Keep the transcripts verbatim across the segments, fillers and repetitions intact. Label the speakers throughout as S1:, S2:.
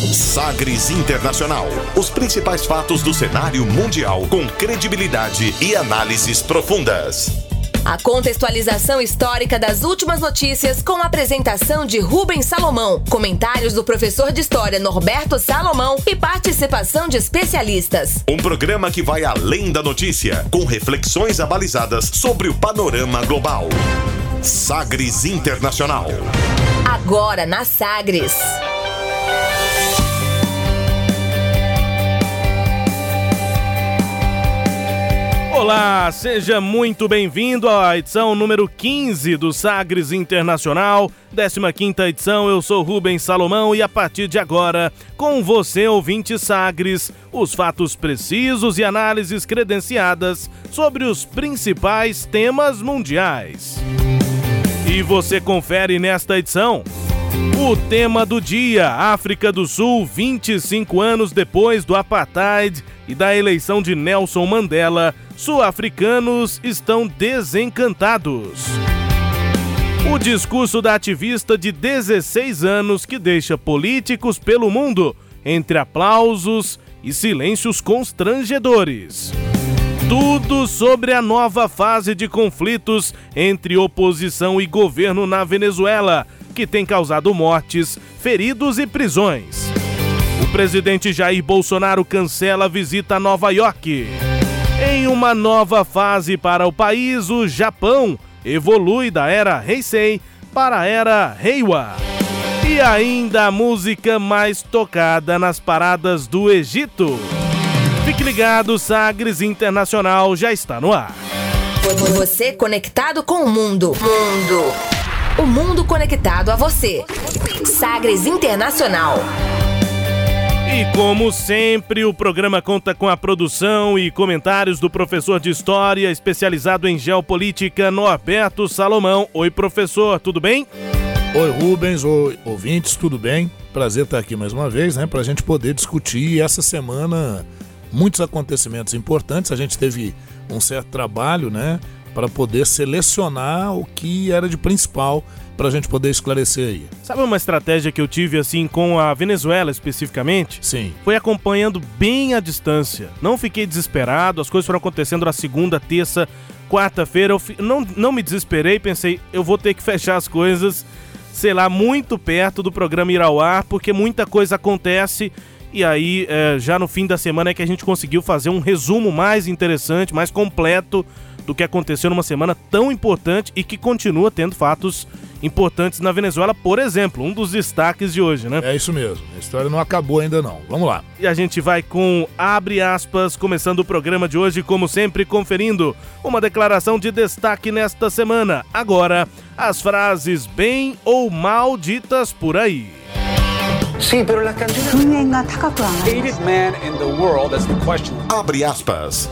S1: Sagres Internacional. Os principais fatos do cenário mundial com credibilidade e análises profundas.
S2: A contextualização histórica das últimas notícias com a apresentação de Rubens Salomão, comentários do professor de História Norberto Salomão e participação de especialistas.
S1: Um programa que vai além da notícia, com reflexões abalizadas sobre o panorama global. Sagres Internacional.
S2: Agora na Sagres.
S3: Olá, seja muito bem-vindo à edição número quinze do Sagres Internacional, décima quinta edição. Eu sou Rubens Salomão e a partir de agora, com você, ouvinte Sagres, os fatos precisos e análises credenciadas sobre os principais temas mundiais. E você confere nesta edição o tema do dia: África do Sul, vinte e cinco anos depois do Apartheid e da eleição de Nelson Mandela, sul-africanos estão desencantados. O discurso da ativista de dezesseis anos que deixa políticos pelo mundo entre aplausos e silêncios constrangedores. Tudo sobre a nova fase de conflitos entre oposição e governo na Venezuela, que tem causado mortes, feridos e prisões. O presidente Jair Bolsonaro cancela a visita a Nova York. Em uma nova fase para o país, o Japão evolui da era Heisei para a era Reiwa. E ainda a música mais tocada nas paradas do Egito. Fique ligado, Sagres Internacional já está no ar.
S2: Você conectado com o mundo. Mundo. O mundo conectado a você. Sagres Internacional.
S3: E como sempre, o programa conta com a produção e comentários do professor de História especializado em Geopolítica, Norberto Salomão. Oi, professor, tudo bem?
S4: Oi, Rubens, oi, ouvintes, tudo bem? Prazer estar aqui mais uma vez, né, para a gente poder discutir essa semana muitos acontecimentos importantes. A gente teve um certo trabalho, né, para poder selecionar o que era de principal para a gente poder esclarecer aí.
S3: Sabe uma estratégia que eu tive assim com a Venezuela especificamente?
S4: Sim.
S3: Foi acompanhando bem à distância. Não fiquei desesperado, as coisas foram acontecendo na segunda, terça, quarta-feira. Eu fi... não, não me desesperei, pensei, eu vou ter que fechar as coisas, sei lá, muito perto do programa ir ao ar, porque muita coisa acontece. E aí, é, já no fim da semana é que a gente conseguiu fazer um resumo mais interessante, mais completo do que aconteceu numa semana tão importante e que continua tendo fatos importantes na Venezuela, por exemplo, um dos destaques de hoje, né?
S4: É isso mesmo, a história não acabou ainda não, vamos lá.
S3: E a gente vai com abre aspas, começando o programa de hoje, como sempre, conferindo uma declaração de destaque nesta semana. Agora, as frases bem ou mal ditas por aí.
S5: Sí, pero las canciones...
S6: hated man in the world, that's the question.
S1: Abre aspas.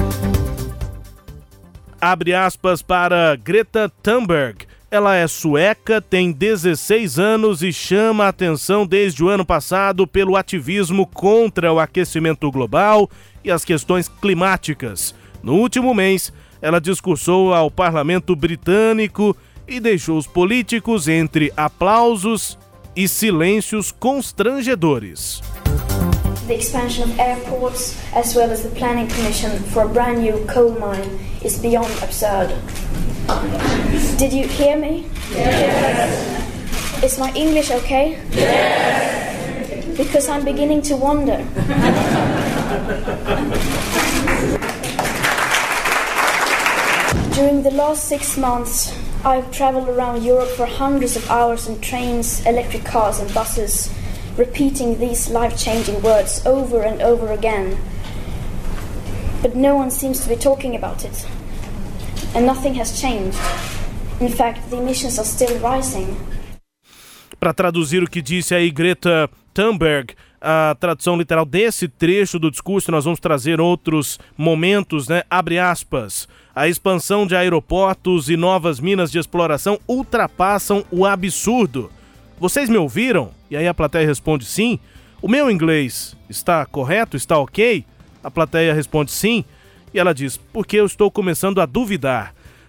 S3: Abre aspas para Greta Thunberg. Ela é sueca, tem dezesseis anos e chama a atenção desde o ano passado pelo ativismo contra o aquecimento global e as questões climáticas. No último mês, ela discursou ao parlamento britânico e deixou os políticos entre aplausos e silêncios constrangedores.
S7: The expansion of airports, as well as the planning permission for a brand new coal mine, is beyond absurd. Did you hear me?
S5: Yes.
S7: Is my English okay?
S5: Yes.
S7: Because I'm beginning to wonder. During the last six months, I've traveled around Europe for hundreds of hours in trains, electric cars and buses, repeating these life-changing words over and over again. But no one seems to be talking about it. And nothing has changed. In fact, the emissions are still rising.
S3: Para traduzir o que disse aí Greta Thunberg, a tradução literal desse trecho do discurso, nós vamos trazer outros momentos, né? Abre aspas. A expansão de aeroportos e novas minas de exploração ultrapassam o absurdo. Vocês me ouviram? E aí a plateia responde sim. O meu inglês está correto? Está ok? A plateia responde sim. E ela diz, porque eu estou começando a duvidar.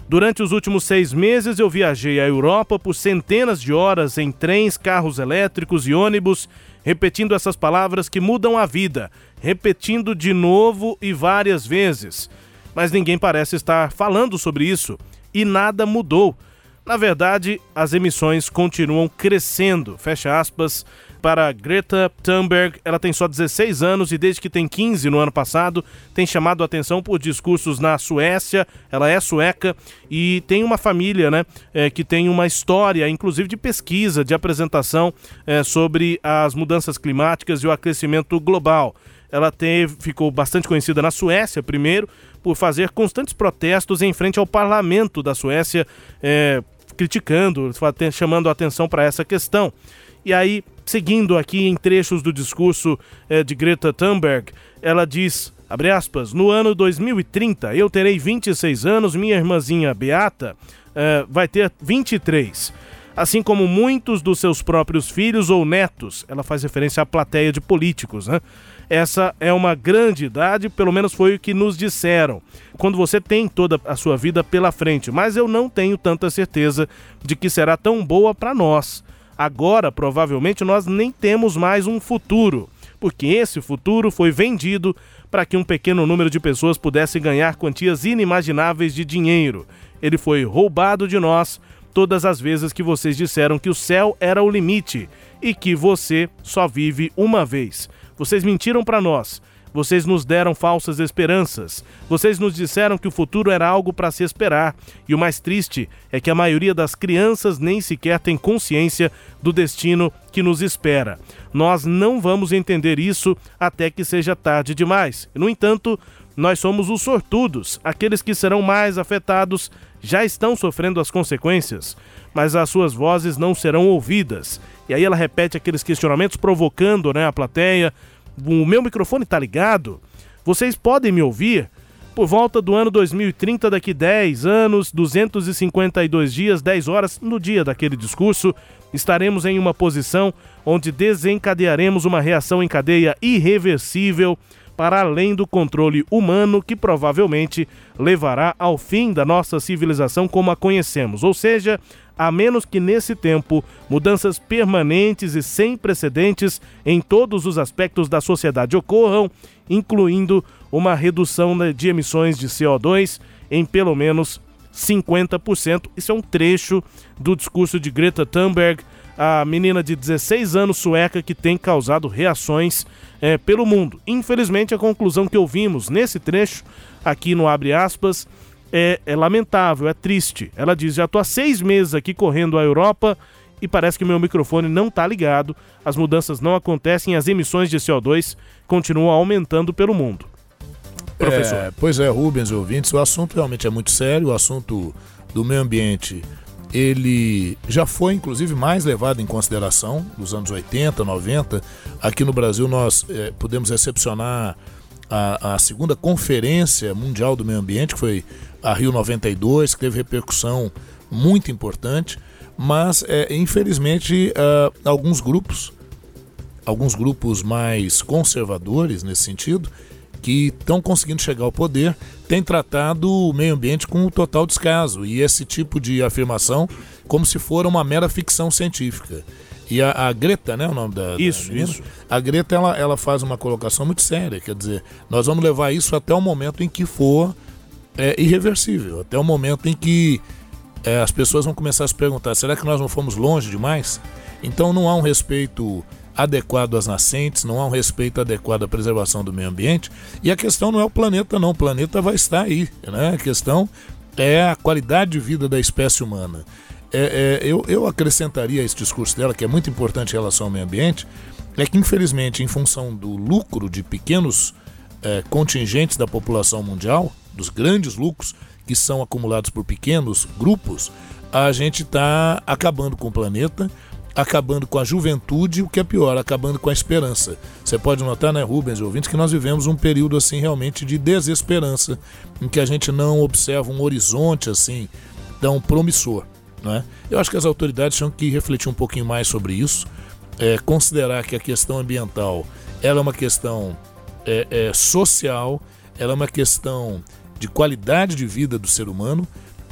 S3: Durante os últimos seis meses eu viajei à Europa por centenas de horas em trens, carros elétricos e ônibus, repetindo essas palavras que mudam a vida, repetindo de novo e várias vezes. Mas ninguém parece estar falando sobre isso e nada mudou. Na verdade, as emissões continuam crescendo, fecha aspas, para Greta Thunberg. Ela tem só dezesseis anos e desde que tem quinze no ano passado, tem chamado a atenção por discursos na Suécia. Ela é sueca e tem uma família, né, é, que tem uma história, inclusive de pesquisa, de apresentação é, sobre as mudanças climáticas e o aquecimento global. Ela teve, ficou bastante conhecida na Suécia, primeiro, por fazer constantes protestos em frente ao parlamento da Suécia, é, criticando, chamando a atenção para essa questão. E aí, seguindo aqui em trechos do discurso é, de Greta Thunberg, ela diz, abre aspas, no ano dois mil e trinta eu terei vinte e seis anos, minha irmãzinha Beata é, vai ter vinte e três. Assim como muitos dos seus próprios filhos ou netos. Ela faz referência à plateia de políticos, né? Essa é uma grande idade, pelo menos foi o que nos disseram, quando você tem toda a sua vida pela frente, mas eu não tenho tanta certeza de que será tão boa para nós. Agora, provavelmente, nós nem temos mais um futuro, porque esse futuro foi vendido para que um pequeno número de pessoas pudesse ganhar quantias inimagináveis de dinheiro. Ele foi roubado de nós todas as vezes que vocês disseram que o céu era o limite e que você só vive uma vez. Vocês mentiram para nós, vocês nos deram falsas esperanças, vocês nos disseram que o futuro era algo para se esperar, e o mais triste é que a maioria das crianças nem sequer tem consciência do destino que nos espera. Nós não vamos entender isso até que seja tarde demais. No entanto, nós somos os sortudos, aqueles que serão mais afetados já estão sofrendo as consequências, mas as suas vozes não serão ouvidas. E aí ela repete aqueles questionamentos provocando, né, a plateia. O meu microfone tá ligado? Vocês podem me ouvir? Por volta do ano dois mil e trinta, daqui dez anos, duzentos e cinquenta e dois dias, dez horas, no dia daquele discurso, estaremos em uma posição onde desencadearemos uma reação em cadeia irreversível para além do controle humano que provavelmente levará ao fim da nossa civilização como a conhecemos. Ou seja, a menos que nesse tempo mudanças permanentes e sem precedentes em todos os aspectos da sociedade ocorram, incluindo uma redução de emissões de C O dois em pelo menos cinquenta por cento. Isso é um trecho do discurso de Greta Thunberg, a menina de dezesseis anos sueca que tem causado reações é, pelo mundo. Infelizmente, a conclusão que ouvimos nesse trecho, aqui no abre aspas, é, é lamentável, é triste. Ela diz, já estou há seis meses aqui correndo a Europa e parece que meu microfone não está ligado, as mudanças não acontecem e as emissões de C O dois continuam aumentando pelo mundo. Professor.
S4: É, pois é, Rubens e ouvintes, o assunto realmente é muito sério, o assunto do meio ambiente, ele já foi inclusive mais levado em consideração nos anos oitenta, noventa. Aqui no Brasil nós é, pudemos recepcionar a, a segunda Conferência Mundial do Meio Ambiente, que foi a Rio noventa e dois, que teve repercussão muito importante, mas é, infelizmente uh, alguns grupos, alguns grupos mais conservadores nesse sentido, que estão conseguindo chegar ao poder, têm tratado o meio ambiente com um total descaso e esse tipo de afirmação como se for uma mera ficção científica. E a, a Greta, né, o nome da,
S3: isso,
S4: da menina,
S3: isso.
S4: A Greta ela, ela faz uma colocação muito séria, quer dizer, nós vamos levar isso até o momento em que for é, irreversível, até o momento em que é, as pessoas vão começar a se perguntar, será que nós não fomos longe demais? Então não há um respeito adequado às nascentes, não há um respeito adequado à preservação do meio ambiente, e a questão não é o planeta não, o planeta vai estar aí, né? A questão é a qualidade de vida da espécie humana. É, é, eu, eu acrescentaria a esse discurso dela, que é muito importante em relação ao meio ambiente, é que infelizmente em função do lucro de pequenos é, contingentes da população mundial, dos grandes lucros que são acumulados por pequenos grupos, a gente está acabando com o planeta, acabando com a juventude, o que é pior, acabando com a esperança. Você pode notar, né, Rubens e ouvintes, que nós vivemos um período assim realmente de desesperança, em que a gente não observa um horizonte assim tão promissor, né? Eu acho que as autoridades tinham que refletir um pouquinho mais sobre isso, é, considerar que a questão ambiental ela é uma questão é, é, social, ela é uma questão de qualidade de vida do ser humano,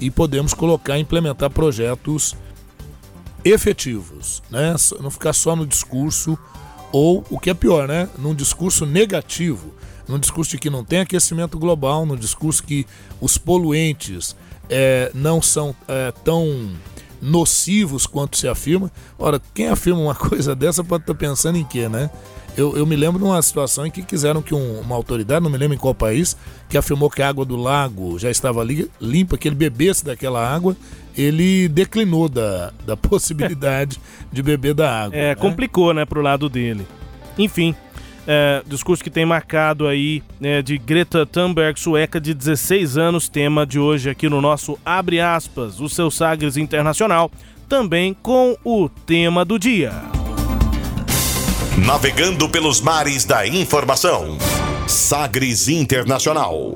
S4: e podemos colocar e implementar projetos efetivos, né? Não ficar só no discurso, ou, o que é pior, né? Num discurso negativo, num discurso de que não tem aquecimento global, num discurso que os poluentes é, não são é, tão nocivos quanto se afirma. Ora, quem afirma uma coisa dessa pode estar pensando em quê, né? Eu, eu me lembro de uma situação em que quiseram que um, uma autoridade, não me lembro em qual país, que afirmou que a água do lago já estava li, limpa, que ele bebesse daquela água, ele declinou da, da possibilidade de beber da água.
S3: É, né? Complicou, né, pro lado dele. Enfim, é, discurso que tem marcado aí, né, de Greta Thunberg, sueca de dezesseis anos, tema de hoje aqui no nosso Abre Aspas, o seu Sagres Internacional, também com o tema do dia.
S1: Navegando pelos mares da informação. Sagres Internacional.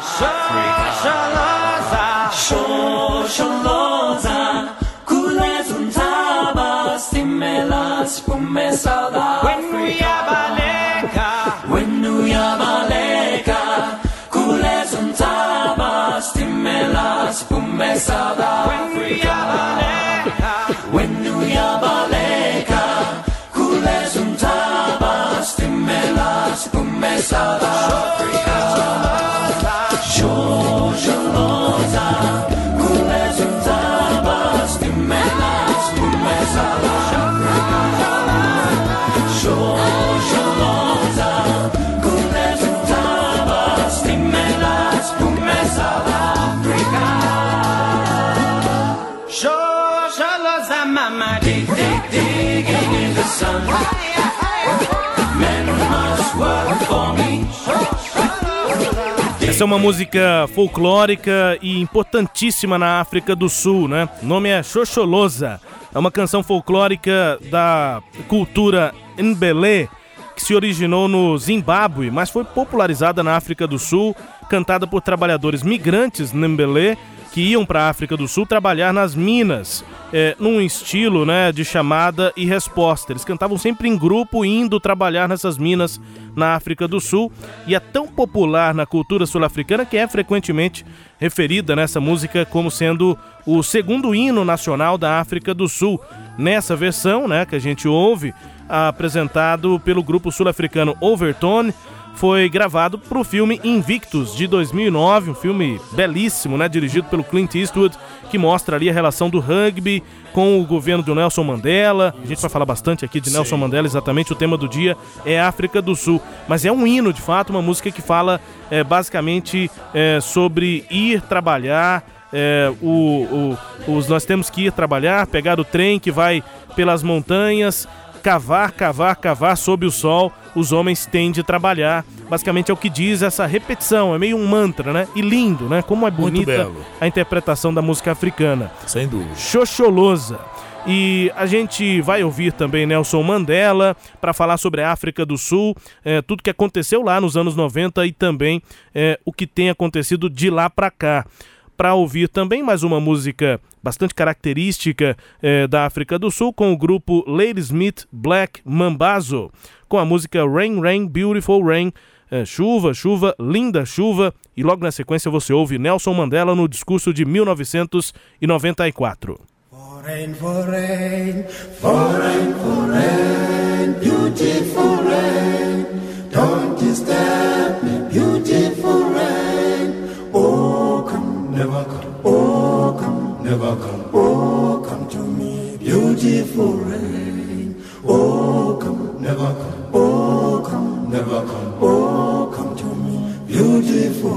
S8: South Africa, Jojoloza, Kules Untabas, Timelas, Kume South Africa, Jojoloza, Kules Untabas, Timelas, Kume South Africa, Jojoloza, Mama, dig, dig, digging in the sun.
S3: Essa é uma música folclórica e importantíssima na África do Sul, né? O nome é Xoxoloza. É uma canção folclórica da cultura Ndebele, que se originou no Zimbábue, mas foi popularizada na África do Sul, cantada por trabalhadores migrantes Ndebele, que iam para a África do Sul trabalhar nas minas, é, num estilo, né, de chamada e resposta. Eles cantavam sempre em grupo, indo trabalhar nessas minas na África do Sul, e é tão popular na cultura sul-africana que é frequentemente referida nessa música como sendo o segundo hino nacional da África do Sul. Nessa versão, né, que a gente ouve, apresentado pelo grupo sul-africano Overtone, foi gravado para o filme Invictus, de dois mil e nove, um filme belíssimo, né, dirigido pelo Clint Eastwood, que mostra ali a relação do rugby com o governo do Nelson Mandela. A gente vai falar bastante aqui de Sim. Nelson Mandela, exatamente o tema do dia é África do Sul. Mas é um hino, de fato, uma música que fala é, basicamente é, sobre ir trabalhar, é, o, o, os, nós temos que ir trabalhar, pegar o trem que vai pelas montanhas, cavar, cavar, cavar sob o sol, os homens têm de trabalhar. Basicamente é o que diz essa repetição, é meio um mantra, né? E lindo, né? Como é bonita a interpretação da música africana.
S4: Sem dúvida.
S3: Xoxoloza. E a gente vai ouvir também Nelson Mandela para falar sobre a África do Sul, é, tudo que aconteceu lá nos anos noventa e também é, o que tem acontecido de lá para cá. Para ouvir também mais uma música bastante característica eh, da África do Sul, com o grupo Ladysmith Black Mambazo, com a música Rain, Rain, Beautiful Rain, eh, chuva, chuva, linda chuva, e logo na sequência você ouve Nelson Mandela no discurso de mil novecentos e noventa e quatro.
S8: For rain, for rain, for rain, for rain, beautiful rain, don't disturb me, beautiful rain, oh come. Never come, oh come, never come, oh come to me, beautiful rain. Oh come, never come, oh come, never come, oh come to me, beautiful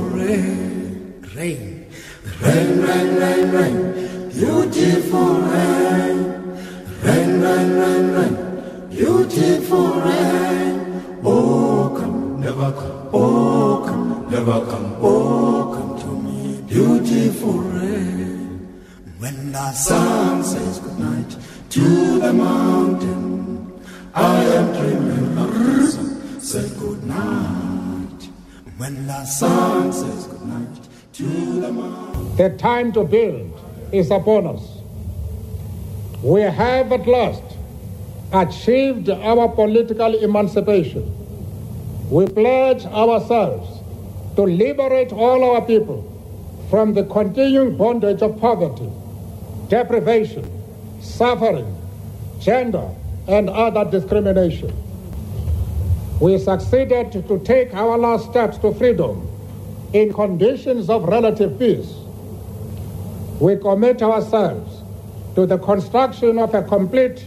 S8: rain. Rain, rain, rain, rain, rain, beautiful rain. Rain, rain, rain, rain, beautiful rain. Oh come, never come, oh come, never come, oh come to me, beautiful rain. When the sun says goodnight to the mountain, I am dreaming of the sun says goodnight. When the sun says goodnight to the mountain.
S9: The time to build is upon us. We have at last achieved our political emancipation. We pledge ourselves to liberate all our people from the continuing bondage of poverty, deprivation, suffering, gender, and other discrimination. We succeeded to take our last steps to freedom in conditions of relative peace. We commit ourselves to the construction of a complete,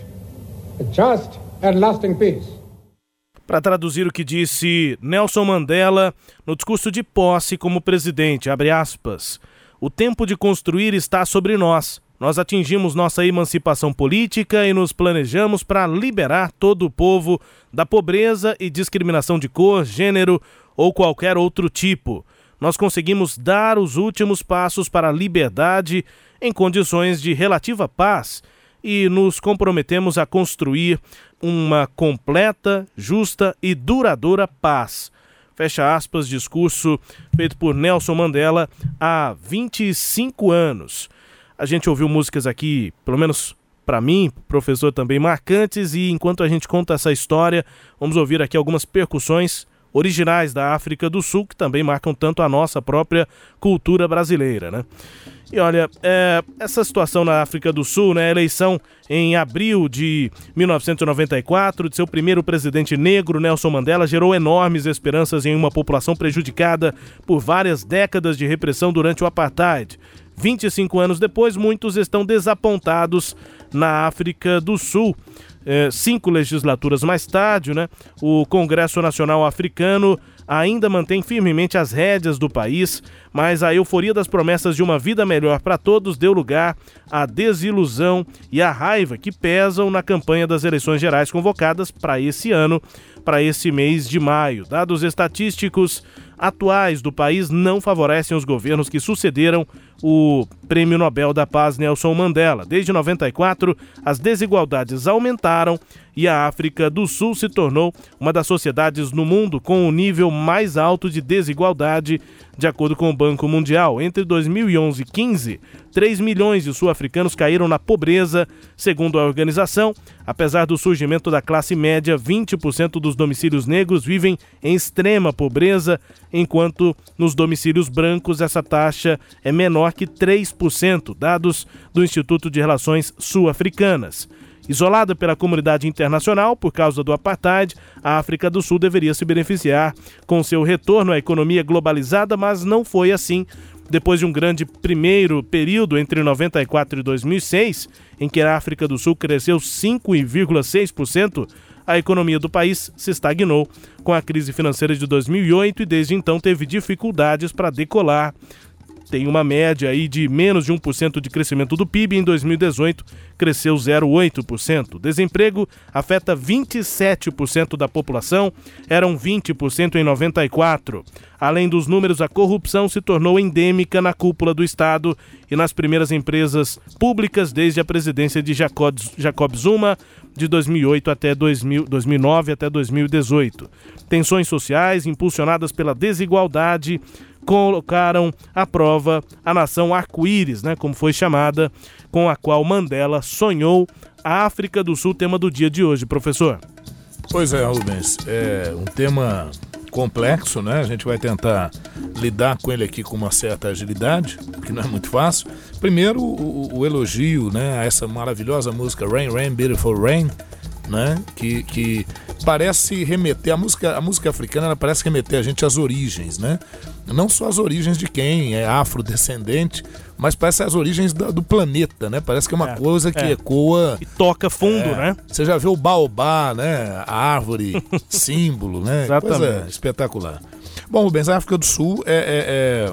S9: just, and lasting peace.
S3: Para traduzir o que disse Nelson Mandela no discurso de posse como presidente, abre aspas, o tempo de construir está sobre nós. Nós atingimos nossa emancipação política e nos planejamos para liberar todo o povo da pobreza e discriminação de cor, gênero ou qualquer outro tipo. Nós conseguimos dar os últimos passos para a liberdade em condições de relativa paz e nos comprometemos a construir uma completa, justa e duradoura paz. Fecha aspas, discurso feito por Nelson Mandela há vinte e cinco anos. A gente ouviu músicas aqui, pelo menos para mim, professor, também marcantes, e enquanto a gente conta essa história, vamos ouvir aqui algumas percussões originais da África do Sul, que também marcam tanto a nossa própria cultura brasileira, né? E olha, é, essa situação na África do Sul, né, a eleição em abril de mil novecentos e noventa e quatro de seu primeiro presidente negro, Nelson Mandela, gerou enormes esperanças em uma população prejudicada por várias décadas de repressão durante o apartheid. vinte e cinco anos depois, muitos estão desapontados na África do Sul. É, cinco legislaturas mais tarde, né, o Congresso Nacional Africano ainda mantém firmemente as rédeas do país, mas a euforia das promessas de uma vida melhor para todos deu lugar à desilusão e à raiva que pesam na campanha das eleições gerais convocadas para esse ano, para esse mês de maio. Dados estatísticos atuais do país não favorecem os governos que sucederam o Prêmio Nobel da Paz Nelson Mandela. Desde noventa e quatro, as desigualdades aumentaram e a África do Sul se tornou uma das sociedades no mundo com o nível mais alto de desigualdade, de acordo com o Banco Mundial. Entre dois mil e onze e quinze, três milhões de sul-africanos caíram na pobreza, segundo a organização. Apesar do surgimento da classe média, vinte por cento dos domicílios negros vivem em extrema pobreza, enquanto nos domicílios brancos essa taxa é menor que três por cento, dados do Instituto de Relações Sul-Africanas. Isolada pela comunidade internacional por causa do apartheid, a África do Sul deveria se beneficiar com seu retorno à economia globalizada, mas não foi assim. Depois de um grande primeiro período entre noventa e quatro e dois mil e seis, em que a África do Sul cresceu cinco vírgula seis por cento, a economia do país se estagnou com a crise financeira de dois mil e oito e desde então teve dificuldades para decolar. Tem uma média aí de menos de um por cento de crescimento do P I B. Em dois mil e dezoito, cresceu zero vírgula oito por cento. O desemprego afeta vinte e sete por cento da população, eram vinte por cento em noventa e quatro. Além dos números, a corrupção se tornou endêmica na cúpula do Estado e nas primeiras empresas públicas desde a presidência de Jacob, Jacob Zuma, de dois mil e oito até dois mil, dois mil e nove até dois mil e dezoito. Tensões sociais impulsionadas pela desigualdade colocaram à prova a nação arco-íris, né, como foi chamada, com a qual Mandela sonhou. A África do Sul, tema do dia de hoje, professor.
S4: Pois é, Rubens, é um tema complexo, né? A gente vai tentar lidar com ele aqui com uma certa agilidade, que não é muito fácil. Primeiro, o, o elogio, né, a essa maravilhosa música Rain, Rain, Beautiful Rain, né, que, que parece remeter, a música, a música africana, ela parece remeter a gente às origens, né? Não só as origens de quem é afrodescendente, mas parece as origens do, do planeta, né? Parece que é uma é, coisa que é. ecoa...
S3: E toca fundo, é, né?
S4: Você já viu o baobá, né? A árvore, símbolo, né?
S3: Exatamente.
S4: Coisa espetacular. Bom, Rubens, a África do Sul é, é, é,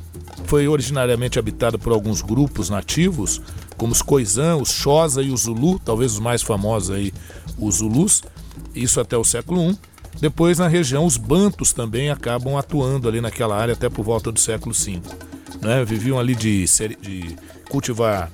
S4: foi originariamente habitada por alguns grupos nativos, como os Khoisan, os Xhosa e os Zulu, talvez os mais famosos aí, os Zulus, isso até o século primeiro. Depois, na região, os Bantus também acabam atuando ali naquela área até por volta do século quinto. Né? Viviam ali de, de cultivar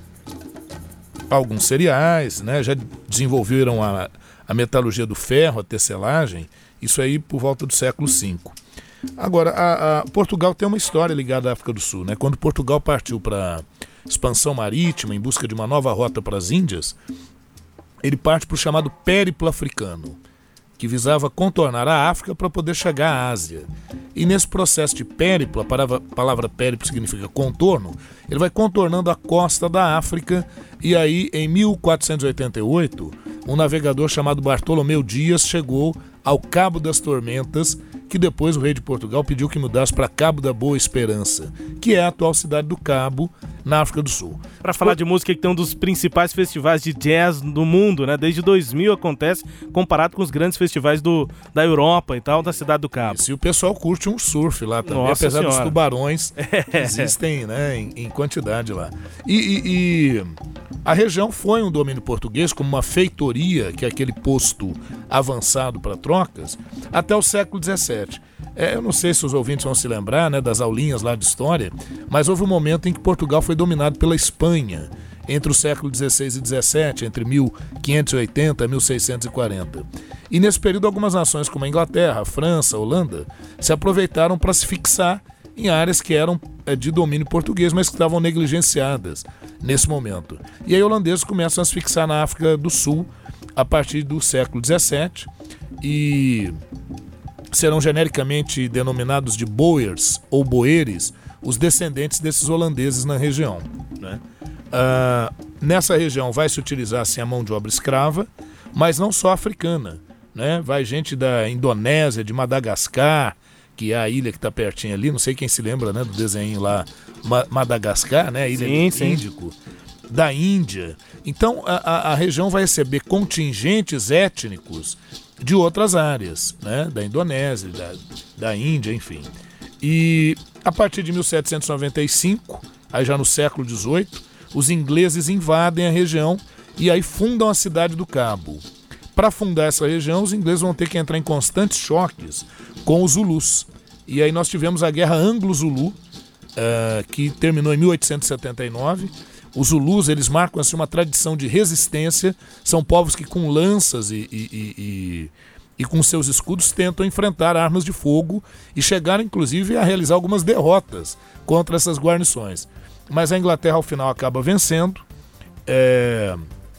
S4: alguns cereais, né? Já desenvolveram a, a metalurgia do ferro, a tecelagem, isso aí por volta do século quinto. Agora, a, a, Portugal tem uma história ligada à África do Sul. Né? Quando Portugal partiu para expansão marítima em busca de uma nova rota para as Índias, ele parte para o chamado Périplo Africano, que visava contornar a África para poder chegar à Ásia. E nesse processo de périplo, a palavra, a palavra périplo significa contorno, ele vai contornando a costa da África, e aí em mil quatrocentos e oitenta e oito, um navegador chamado Bartolomeu Dias chegou ao Cabo das Tormentas, que depois o rei de Portugal pediu que mudasse para Cabo da Boa Esperança, que é a atual cidade do Cabo, na África do Sul.
S3: Para falar de música, que tem um dos principais festivais de jazz do mundo, né? Desde dois mil acontece, comparado com os grandes festivais do, da Europa e tal, da cidade do Cabo.
S4: E o pessoal curte um surf lá também,
S3: Nossa
S4: apesar
S3: senhora.
S4: dos tubarões que existem, né, em, em quantidade lá. E, e, e a região foi um domínio português, como uma feitoria, que é aquele posto avançado para trocas, até o século dezessete. É, eu não sei se os ouvintes vão se lembrar, né, das aulinhas lá de história, mas houve um momento em que Portugal foi dominado pela Espanha, entre o século dezesseis e dezessete, entre mil quinhentos e oitenta e mil seiscentos e quarenta. E nesse período, algumas nações como a Inglaterra, a França, a Holanda, se aproveitaram para se fixar em áreas que eram é, de domínio português, mas que estavam negligenciadas nesse momento. E aí holandeses começam a se fixar na África do Sul a partir do século dezessete, e serão genericamente denominados de Boers ou Boeres, os descendentes desses holandeses na região, né? Uh, nessa região vai se utilizar assim, a mão de obra escrava, mas não só africana, né? Vai gente da Indonésia, de Madagascar, que é a ilha que está pertinho ali, não sei quem se lembra, né, do desenho lá, Ma- Madagascar, né, a ilha
S3: sim,
S4: do Índico, da Índia. Então a, a, a região vai receber contingentes étnicos de outras áreas, né, da Indonésia, da, da Índia, enfim. E a partir de mil setecentos e noventa e cinco, aí já no século dezoito, os ingleses invadem a região e aí fundam a cidade do Cabo. Para fundar essa região, os ingleses vão ter que entrar em constantes choques com os Zulus. E aí nós tivemos a Guerra Anglo-Zulu, uh, que terminou em mil oitocentos e setenta e nove. Os Zulus, eles marcam assim, uma tradição de resistência, são povos que com lanças e, e, e, e, e com seus escudos tentam enfrentar armas de fogo e chegaram inclusive a realizar algumas derrotas contra essas guarnições. Mas a Inglaterra ao final acaba vencendo, é,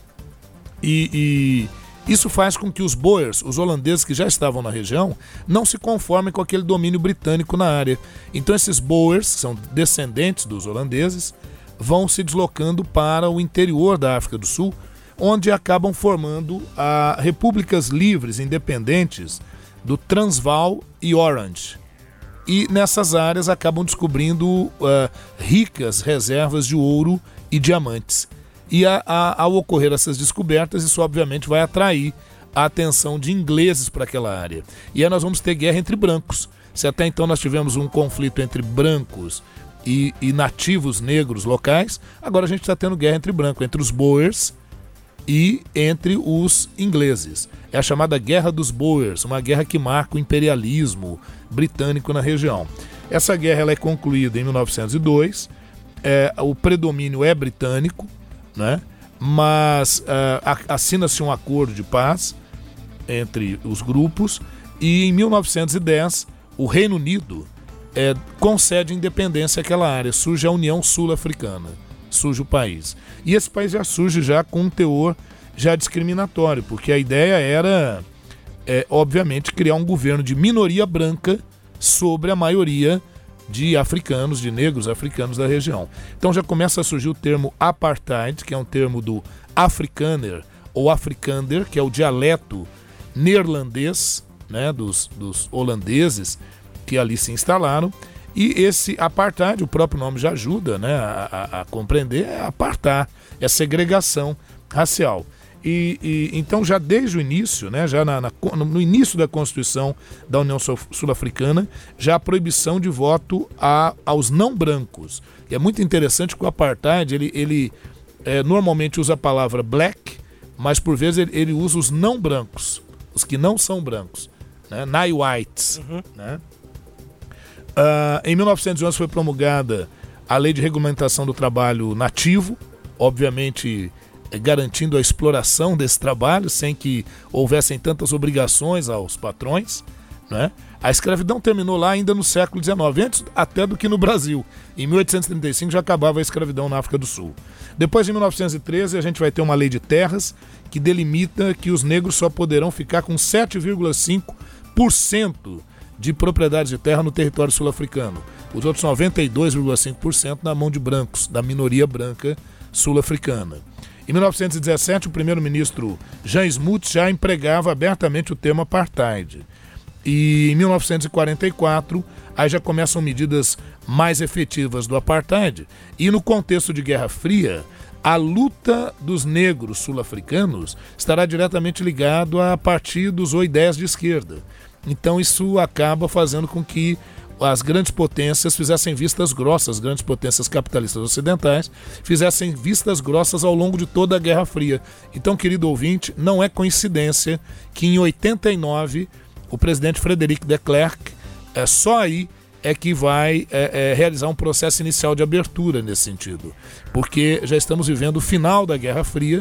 S4: e, e isso faz com que os Boers, os holandeses que já estavam na região, não se conformem com aquele domínio britânico na área. Então esses Boers, que são descendentes dos holandeses, vão se deslocando para o interior da África do Sul, onde acabam formando a repúblicas livres, independentes, do Transvaal e Orange. E nessas áreas acabam descobrindo uh, ricas reservas de ouro e diamantes. E a, a, ao ocorrer essas descobertas, isso obviamente vai atrair a atenção de ingleses para aquela área. E aí nós vamos ter guerra entre brancos. Se até então nós tivemos um conflito entre brancos e, e nativos negros locais, agora a gente está tendo guerra entre brancos, entre os Boers e entre os ingleses. É a chamada Guerra dos Boers, uma guerra que marca o imperialismo britânico na região. Essa guerra ela é concluída em mil novecentos e dois, é, o predomínio é britânico, né? Mas uh, assina-se um acordo de paz entre os grupos e em mil novecentos e dez o Reino Unido é, concede independência àquela área, surge a União Sul-Africana, surge o país. E esse país já surge já com um teor já discriminatório, porque a ideia era, é, obviamente, criar um governo de minoria branca sobre a maioria de africanos, de negros africanos da região. Então já começa a surgir o termo apartheid, que é um termo do Afrikaner ou Afrikander, que é o dialeto neerlandês, né, dos, dos holandeses que ali se instalaram. E esse apartheid, o próprio nome já ajuda, né, a, a, a compreender, é apartar, é segregação racial. E, e, então já desde o início, né, já na, na, no início da Constituição da União Sul-Africana, já a proibição de voto a, aos não brancos. E é muito interessante que o apartheid, ele, ele é, normalmente usa a palavra black, mas por vezes ele, ele usa os não brancos, os que não são brancos, né, non-whites, uhum. né? Uh, em mil novecentos e onze foi promulgada a Lei de Regulamentação do Trabalho Nativo, obviamente garantindo a exploração desse trabalho sem que houvessem tantas obrigações aos patrões, né? A escravidão terminou lá ainda no século dezenove, antes até do que no Brasil. Em mil oitocentos e trinta e cinco já acabava a escravidão na África do Sul. Depois, em mil novecentos e treze, a gente vai ter uma lei de terras que delimita que os negros só poderão ficar com sete vírgula cinco por cento de propriedades de terra no território sul-africano. Os outros noventa e dois vírgula cinco por cento na mão de brancos, da minoria branca sul-africana. Em mil novecentos e dezessete, o primeiro-ministro Jan Smuts já empregava abertamente o termo apartheid. E em mil novecentos e quarenta e quatro, aí já começam medidas mais efetivas do apartheid. E no contexto de Guerra Fria, a luta dos negros sul-africanos estará diretamente ligado a partidos ou ideias de esquerda. Então isso acaba fazendo com que as grandes potências fizessem vistas grossas, as grandes potências capitalistas ocidentais fizessem vistas grossas ao longo de toda a Guerra Fria. Então, querido ouvinte, não é coincidência que em oitenta e nove o presidente Frederic de Klerk, é, só aí é que vai é, é, realizar um processo inicial de abertura nesse sentido. Porque já estamos vivendo o final da Guerra Fria,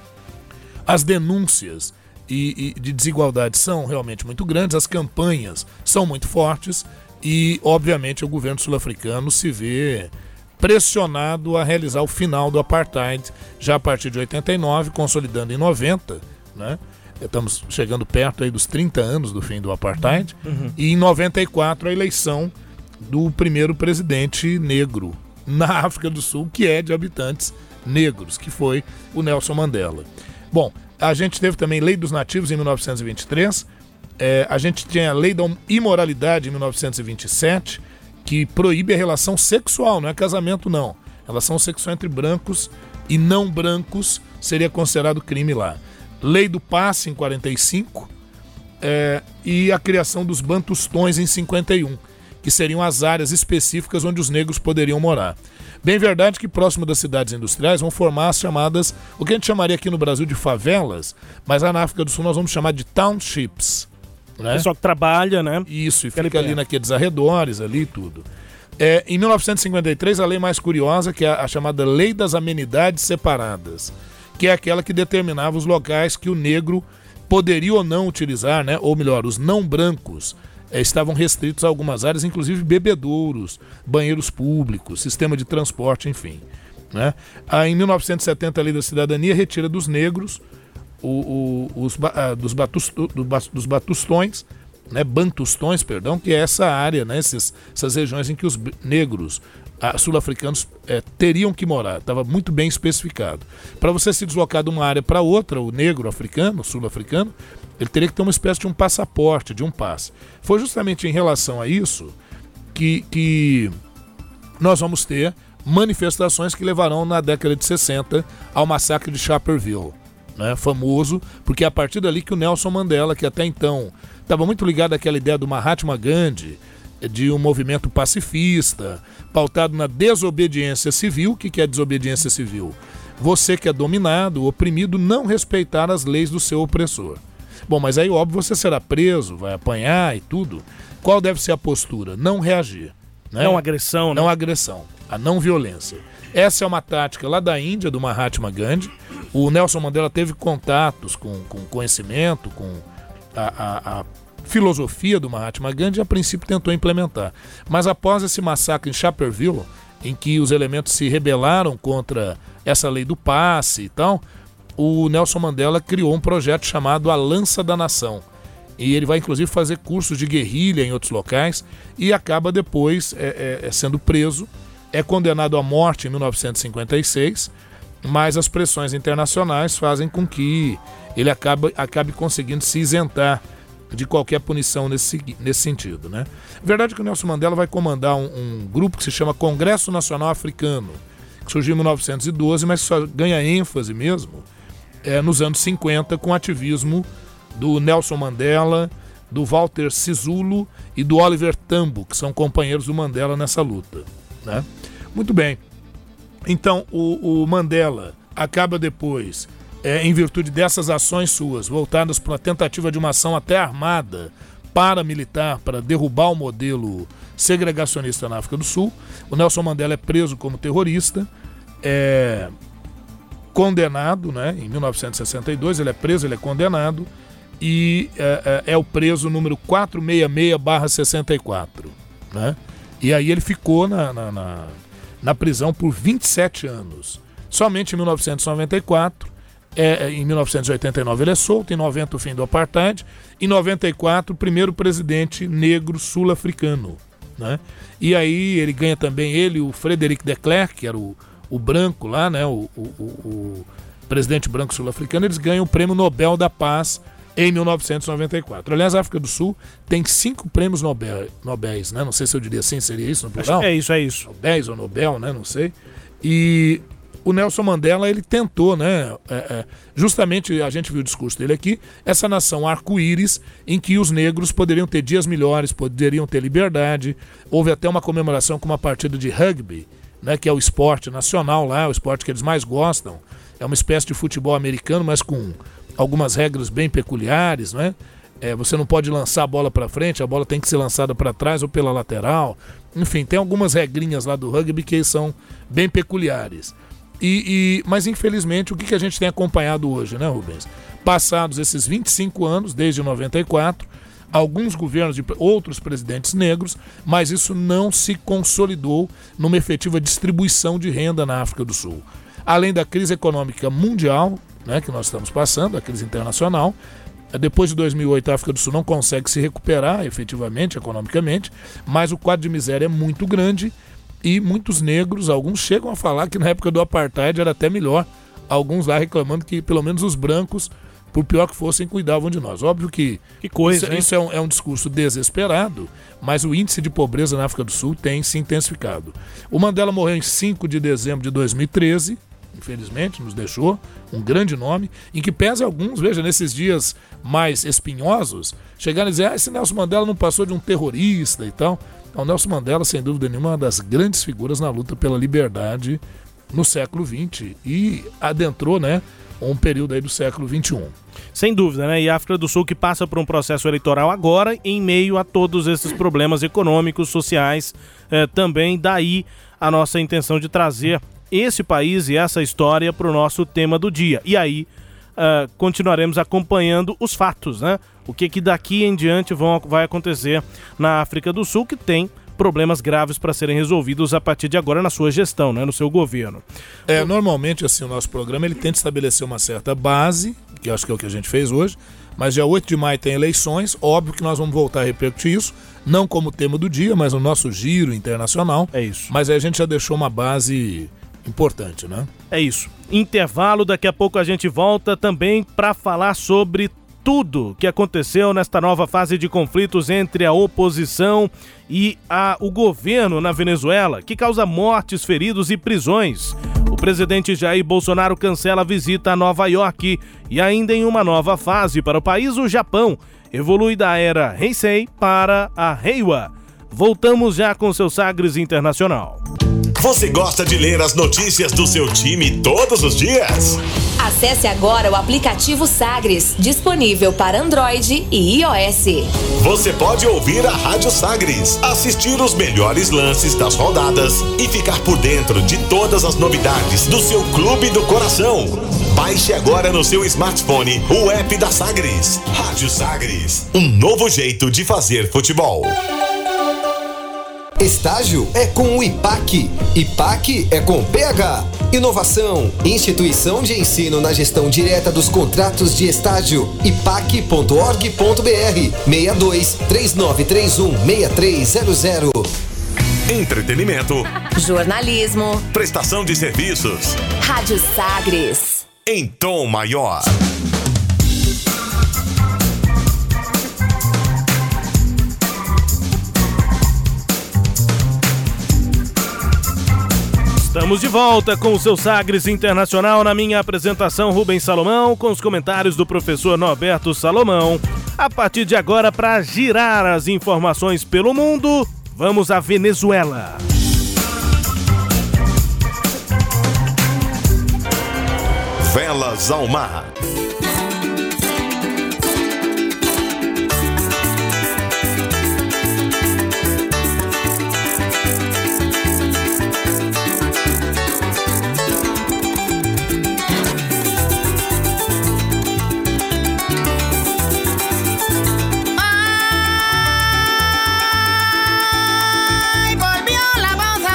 S4: as denúncias e, e de desigualdade são realmente muito grandes, as campanhas são muito fortes e, obviamente, o governo sul-africano se vê pressionado a realizar o final do apartheid já a partir de oitenta e nove, consolidando em noventa, né? Estamos chegando perto aí dos trinta anos do fim do apartheid, uhum. E em noventa e quatro a eleição do primeiro presidente negro na África do Sul, que é de habitantes negros, que foi o Nelson Mandela. Bom, a gente teve também Lei dos Nativos em mil novecentos e vinte e três, é, a gente tinha a Lei da Imoralidade em mil novecentos e vinte e sete, que proíbe a relação sexual, não é casamento não. Relação sexual entre brancos e não brancos seria considerado crime lá. Lei do Passe em quarenta e cinco é, e a criação dos Bantustões em cinquenta e um, que seriam as áreas específicas onde os negros poderiam morar. Bem verdade que próximo das cidades industriais vão formar as chamadas, o que a gente chamaria aqui no Brasil de favelas, mas lá na África do Sul nós vamos chamar de townships. Né?
S3: Pessoal que trabalha, né?
S4: Isso, e fica ali, ali naqueles arredores ali e tudo. É, em mil novecentos e cinquenta e três, a lei mais curiosa, que é a, a chamada Lei das Amenidades Separadas, que é aquela que determinava os locais que o negro poderia ou não utilizar, né? Ou melhor, os não brancos é, estavam restritos a algumas áreas, inclusive bebedouros, banheiros públicos, sistema de transporte, enfim. Né? Ah, em mil novecentos e setenta, a Lei da Cidadania retira dos negros, o, o, os, ah, dos, batusto, do, dos batustões, né? Bantustões, perdão, que é essa área, né? Esses, essas regiões em que os negros sul-africanos é, teriam que morar, estava muito bem especificado. Para você se deslocar de uma área para outra, o negro africano, sul-africano, ele teria que ter uma espécie de um passaporte, de um passe. Foi justamente em relação a isso que, que nós vamos ter manifestações que levarão na década de sessenta ao massacre de Sharpeville, né? Famoso, porque é a partir dali que o Nelson Mandela, que até então estava muito ligado àquela ideia do Mahatma Gandhi, de um movimento pacifista, pautado na desobediência civil. O que é desobediência civil? Você que é dominado, oprimido, não respeitar as leis do seu opressor. Bom, mas aí, óbvio, você será preso, vai apanhar e tudo. Qual deve ser a postura? Não reagir. Né?
S3: Não agressão, né?
S4: Não agressão, a não violência. Essa é uma tática lá da Índia, do Mahatma Gandhi. O Nelson Mandela teve contatos com, com conhecimento, com a, a, a filosofia do Mahatma Gandhi, a princípio tentou implementar. Mas após esse massacre em Sharpeville, em que os elementos se rebelaram contra essa lei do passe e tal, o Nelson Mandela criou um projeto chamado A Lança da Nação. E ele vai inclusive fazer cursos de guerrilha em outros locais e acaba depois é, é, sendo preso, é condenado à morte em mil novecentos e cinquenta e seis, mas as pressões internacionais fazem com que ele acabe, acabe conseguindo se isentar de qualquer punição nesse, nesse sentido, né? A verdade é que o Nelson Mandela vai comandar um, um grupo que se chama Congresso Nacional Africano, que surgiu em mil novecentos e doze, mas só ganha ênfase mesmo é, nos anos cinquenta, com o ativismo do Nelson Mandela, do Walter Sisulu e do Oliver Tambo, que são companheiros do Mandela nessa luta, né? Muito bem. Então, o, o Mandela acaba depois... É, em virtude dessas ações suas, voltadas para a tentativa de uma ação até armada, paramilitar, para derrubar o modelo segregacionista na África do Sul, o Nelson Mandela é preso como terrorista, é condenado, né, em mil novecentos e sessenta e dois, ele é preso, ele é condenado, e é, é, é o preso número quatrocentos e sessenta e seis barra sessenta e quatro. Né? E aí ele ficou na, na, na, na prisão por vinte e sete anos. Somente em mil novecentos e noventa e quatro, É, em mil novecentos e oitenta e nove ele é solto, em noventa o fim do apartheid, em noventa e quatro o primeiro presidente negro sul-africano, né? E aí ele ganha também, ele, o Frederic de Klerk, que era o, o branco lá, né? o, o, o, o presidente branco sul-africano, eles ganham o Prêmio Nobel da Paz em mil novecentos e noventa e quatro. Aliás, a África do Sul tem cinco prêmios Nobel, Nobéis, né? Não sei se eu diria assim, seria isso no plural?
S3: É isso, é isso.
S4: Nobéis ou Nobel, né? Não sei. E o Nelson Mandela, ele tentou, né? É, é, justamente, a gente viu o discurso dele aqui, essa nação arco-íris em que os negros poderiam ter dias melhores, poderiam ter liberdade. Houve até uma comemoração com uma partida de rugby, né? Que é o esporte nacional lá, o esporte que eles mais gostam. É uma espécie de futebol americano, mas com algumas regras bem peculiares, né? É, você não pode lançar a bola para frente, a bola tem que ser lançada para trás ou pela lateral. Enfim, tem algumas regrinhas lá do rugby que são bem peculiares. E, e, mas, infelizmente, o que, que a gente tem acompanhado hoje, né, Rubens? Passados esses vinte e cinco anos, desde noventa e quatro, alguns governos de outros presidentes negros, mas isso não se consolidou numa efetiva distribuição de renda na África do Sul. Além da crise econômica mundial, né, que nós estamos passando, a crise internacional, depois de dois mil e oito a África do Sul não consegue se recuperar efetivamente, economicamente, mas o quadro de miséria é muito grande e muitos negros, alguns chegam a falar que na época do apartheid era até melhor, alguns lá reclamando que pelo menos os brancos, por pior que fossem, cuidavam de nós. Óbvio que,
S3: que coisa,
S4: isso, isso é, um, é um discurso desesperado, mas o índice de pobreza na África do Sul tem se intensificado. O Mandela morreu em cinco de dezembro de dois mil e treze, infelizmente, nos deixou, um grande nome, em que pese alguns, veja, nesses dias mais espinhosos, chegaram a dizer, ah, esse Nelson Mandela não passou de um terrorista e tal. O Nelson Mandela, sem dúvida nenhuma, é uma das grandes figuras na luta pela liberdade no século vinte e adentrou, né, um período aí do século vinte e um.
S3: Sem dúvida, né? E a África do Sul que passa por um processo eleitoral agora em meio a todos esses problemas econômicos, sociais, eh, também daí a nossa intenção de trazer esse país e essa história para o nosso tema do dia. E aí uh, continuaremos acompanhando os fatos, né? O que, que daqui em diante vão, vai acontecer na África do Sul, que tem problemas graves para serem resolvidos a partir de agora na sua gestão, né? No seu governo.
S4: É, normalmente, assim, o nosso programa ele tenta estabelecer uma certa base, que acho que é o que a gente fez hoje, mas dia oito de maio tem eleições, óbvio que nós vamos voltar a repercutir isso, não como tema do dia, mas no nosso giro internacional.
S3: É isso.
S4: Mas aí a gente já deixou uma base importante, né?
S3: É isso. Intervalo, daqui a pouco a gente volta também para falar sobre tudo que aconteceu nesta nova fase de conflitos entre a oposição e a, o governo na Venezuela, que causa mortes, feridos e prisões. O presidente Jair Bolsonaro cancela a visita a Nova York e ainda em uma nova fase para o país, o Japão evolui da era Heisei para a Reiwa. Voltamos já com seu Sagres Internacional.
S1: Você gosta de ler as notícias do seu time todos os dias?
S2: Acesse agora o aplicativo Sagres, disponível para Android e iOS.
S1: Você pode ouvir a Rádio Sagres, assistir os melhores lances das rodadas e ficar por dentro de todas as novidades do seu clube do coração. Baixe agora no seu smartphone o app da Sagres. Rádio Sagres, um novo jeito de fazer futebol.
S10: Estágio é com o I P A C. I P A C é com P H. Inovação, instituição de ensino na gestão direta dos contratos de estágio. I P A C ponto org ponto br seis dois três nove três um seis três zero zero.
S1: Entretenimento,
S2: jornalismo,
S1: prestação de serviços.
S2: Rádio Sagres,
S1: em tom maior.
S3: Estamos de volta com o seu Sagres Internacional, na minha apresentação Rubens Salomão, com os comentários do professor Norberto Salomão. A partir de agora, para girar as informações pelo mundo, vamos à Venezuela.
S1: Velas ao mar.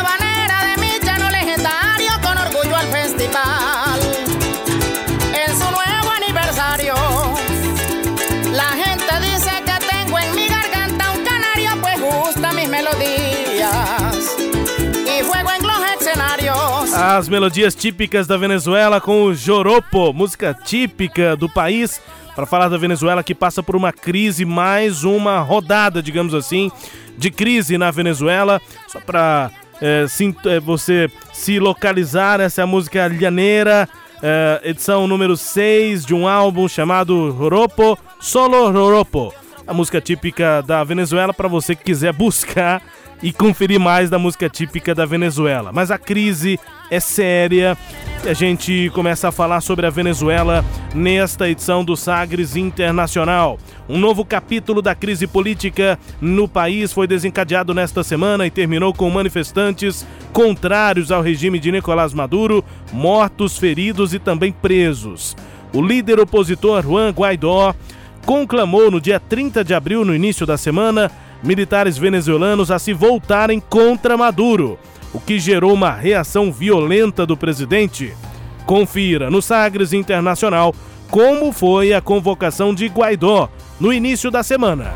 S11: En su
S3: As melodias típicas da Venezuela com o joropo, música típica do país, para falar da Venezuela que passa por uma crise, mais uma rodada, digamos assim, de crise na Venezuela. Só para é, é, você se localizar, essa é a música Llaneira, é, edição número seis de um álbum chamado Joropo, Solo Joropo. A música típica da Venezuela para você que quiser buscar e conferir mais da música típica da Venezuela. Mas a crise é séria e a gente começa a falar sobre a Venezuela nesta edição do Sagres Internacional. Um novo capítulo da crise política no país foi desencadeado nesta semana e terminou com manifestantes contrários ao regime de Nicolás Maduro, mortos, feridos e também presos. O líder opositor Juan Guaidó conclamou no dia trinta de abril, no início da semana, militares venezuelanos a se voltarem contra Maduro, o que gerou uma reação violenta do presidente. Confira no Sagres Internacional como foi a convocação de Guaidó no início da semana.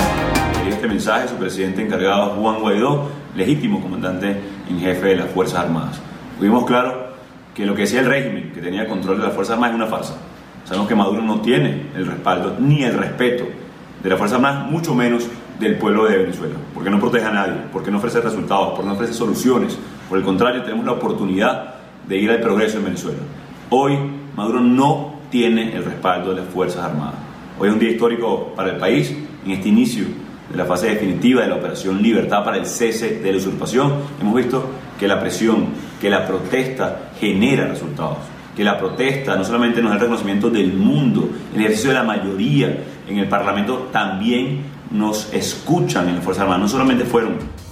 S11: Este mensaje, su presidente encargado Juan Guaidó, legítimo comandante en jefe de las Fuerzas Armadas. Tuvimos claro que lo que decía el régimen, que tenía control de las Fuerzas Armadas, es una farsa. Sabemos que Maduro no tiene el respaldo ni el respeto de las Fuerzas Armadas, mucho menos del pueblo de Venezuela, porque no protege a nadie, porque no ofrece resultados, porque no ofrece soluciones. Por el contrario, tenemos la oportunidad de ir al progreso en Venezuela. Hoy Maduro no tiene el respaldo de las Fuerzas Armadas. Hoy es un día histórico para el país, en este inicio de la fase definitiva de la Operación Libertad para el cese de la usurpación. Hemos visto que la presión, que la protesta genera resultados, que la protesta no solamente nos da el reconocimiento del mundo, el ejercicio de la mayoría en el Parlamento, también nos escuchan en las Fuerzas Armadas, no solamente fueron.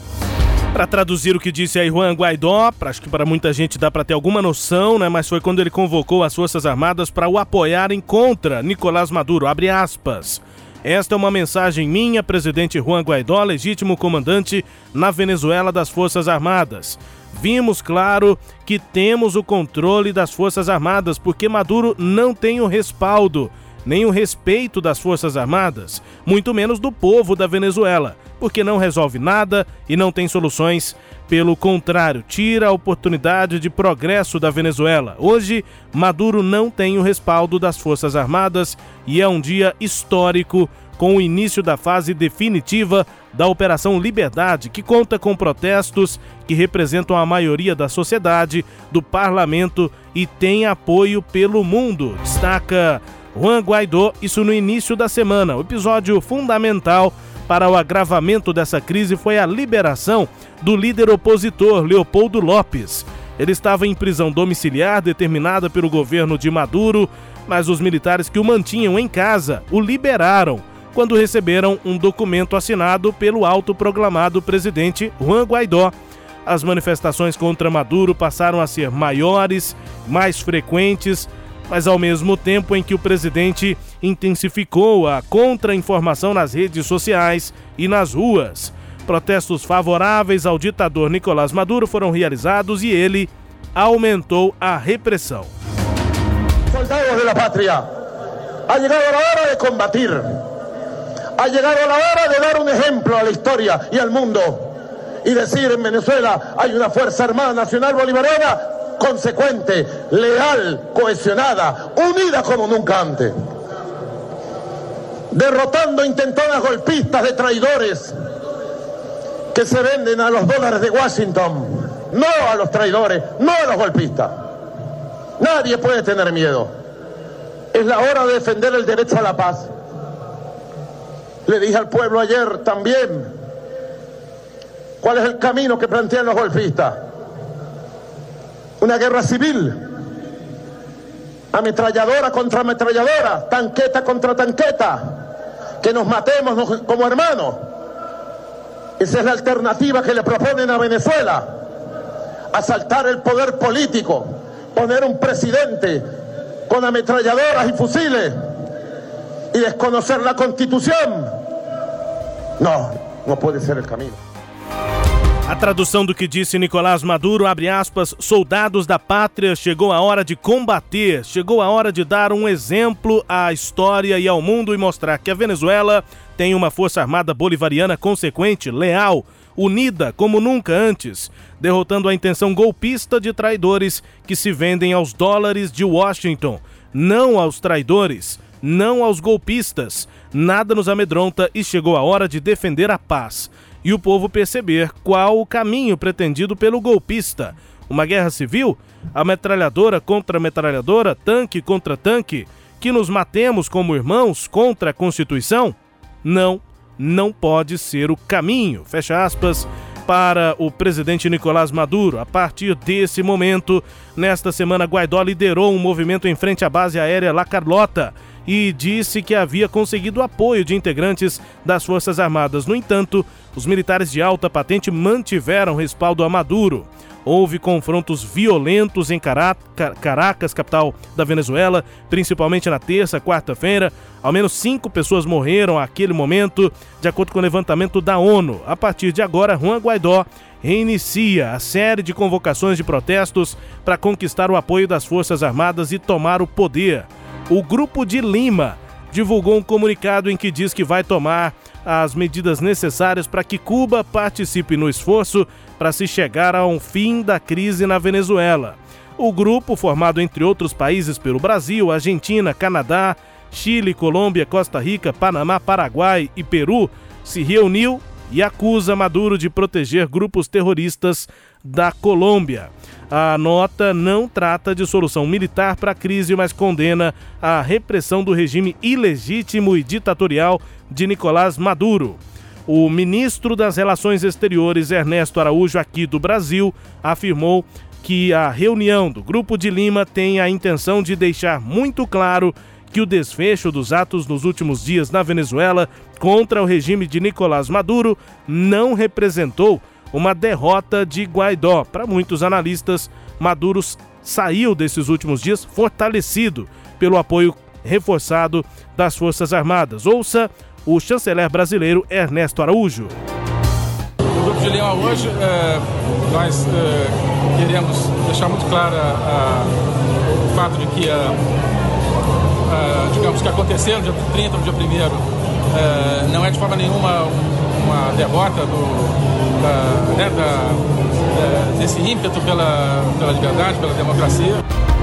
S3: Para traduzir o que disse aí Juan Guaidó, acho que para muita gente dá para ter alguma noção, né? Mas foi quando ele convocou as Forças Armadas para o apoiarem contra Nicolás Maduro, abre aspas. Esta é uma mensagem minha, presidente Juan Guaidó, legítimo comandante na Venezuela das Forças Armadas. Vimos claro que temos o controle das Forças Armadas, porque Maduro não tem o respaldo, nem o respeito das Forças Armadas, muito menos do povo da Venezuela, porque não resolve nada e não tem soluções. Pelo contrário, tira a oportunidade de progresso da Venezuela. Hoje, Maduro não tem o respaldo das Forças Armadas e é um dia histórico com o início da fase definitiva da Operação Liberdade, que conta com protestos que representam a maioria da sociedade, do parlamento e tem apoio pelo mundo. Destaca Juan Guaidó, isso no início da semana. O episódio fundamental para o agravamento dessa crise foi a liberação do líder opositor, Leopoldo López. Ele estava em prisão domiciliar determinada pelo governo de Maduro, mas os militares que o mantinham em casa o liberaram quando receberam um documento assinado pelo autoproclamado presidente Juan Guaidó. As manifestações contra Maduro passaram a ser maiores, mais frequentes, mas ao mesmo tempo em que o presidente intensificou a contra-informação nas redes sociais e nas ruas. Protestos favoráveis ao ditador Nicolás Maduro foram realizados e ele aumentou a repressão.
S12: Soldados de la patria, ha llegado a hora de combatir. Ha llegado a hora de dar un ejemplo a la historia y al mundo y decir en Venezuela hay una Fuerza Armada Nacional Bolivariana consecuente, leal, cohesionada, unida como nunca antes, derrotando intentonas golpistas de traidores que se venden a los dólares de Washington, no a los traidores, no a los golpistas. Nadie puede tener miedo. Es la hora de defender el derecho a la paz. Le dije al pueblo ayer también cuál es el camino que plantean los golpistas. Una guerra civil, ametralladora contra ametralladora, tanqueta contra tanqueta, que nos matemos como hermanos. Esa es la alternativa que le proponen a Venezuela: asaltar el poder político, poner un presidente con ametralladoras y fusiles y desconocer la Constitución. No, no puede ser el camino.
S3: A tradução do que disse Nicolás Maduro, abre aspas, soldados da pátria, chegou a hora de combater, chegou a hora de dar um exemplo à história e ao mundo e mostrar que a Venezuela tem uma força armada bolivariana consequente, leal, unida como nunca antes, derrotando a intenção golpista de traidores que se vendem aos dólares de Washington, não aos traidores, não aos golpistas. Nada nos amedronta e chegou a hora de defender a paz. E o povo perceber qual o caminho pretendido pelo golpista. Uma guerra civil? A metralhadora contra metralhadora? Tanque contra tanque? Que nos matemos como irmãos contra a Constituição? Não, não pode ser o caminho. Fecha aspas para o presidente Nicolás Maduro. A partir desse momento, nesta semana, Guaidó liderou um movimento em frente à base aérea La Carlota e disse que havia conseguido apoio de integrantes das Forças Armadas. No entanto, os militares de alta patente mantiveram respaldo a Maduro. Houve confrontos violentos em Caracas, capital da Venezuela, principalmente na terça, quarta-feira. Ao menos cinco pessoas morreram naquele momento, de acordo com o levantamento da ONU. A partir de agora, Juan Guaidó reinicia a série de convocações de protestos para conquistar o apoio das Forças Armadas e tomar o poder. O Grupo de Lima divulgou um comunicado em que diz que vai tomar as medidas necessárias para que Cuba participe no esforço para se chegar a um fim da crise na Venezuela. O grupo, formado entre outros países pelo Brasil, Argentina, Canadá, Chile, Colômbia, Costa Rica, Panamá, Paraguai e Peru, se reuniu e acusa Maduro de proteger grupos terroristas da Colômbia. A nota não trata de solução militar para a crise, mas condena a repressão do regime ilegítimo e ditatorial de Nicolás Maduro. O ministro das Relações Exteriores, Ernesto Araújo, aqui do Brasil, afirmou que a reunião do Grupo de Lima tem a intenção de deixar muito claro que o desfecho dos atos nos últimos dias na Venezuela contra o regime de Nicolás Maduro não representou uma derrota de Guaidó. Para muitos analistas, Maduro saiu desses últimos dias fortalecido pelo apoio reforçado das Forças Armadas. Ouça o chanceler brasileiro Ernesto Araújo.
S13: No Grupo de Lima hoje, é, nós é, queremos deixar muito claro a, a, o fato de que, a, a, digamos, que aconteceu no dia trinta, no dia primeiro, é, não é de forma nenhuma uma derrota do, da, né, da, é, desse ímpeto pela, pela liberdade, pela democracia.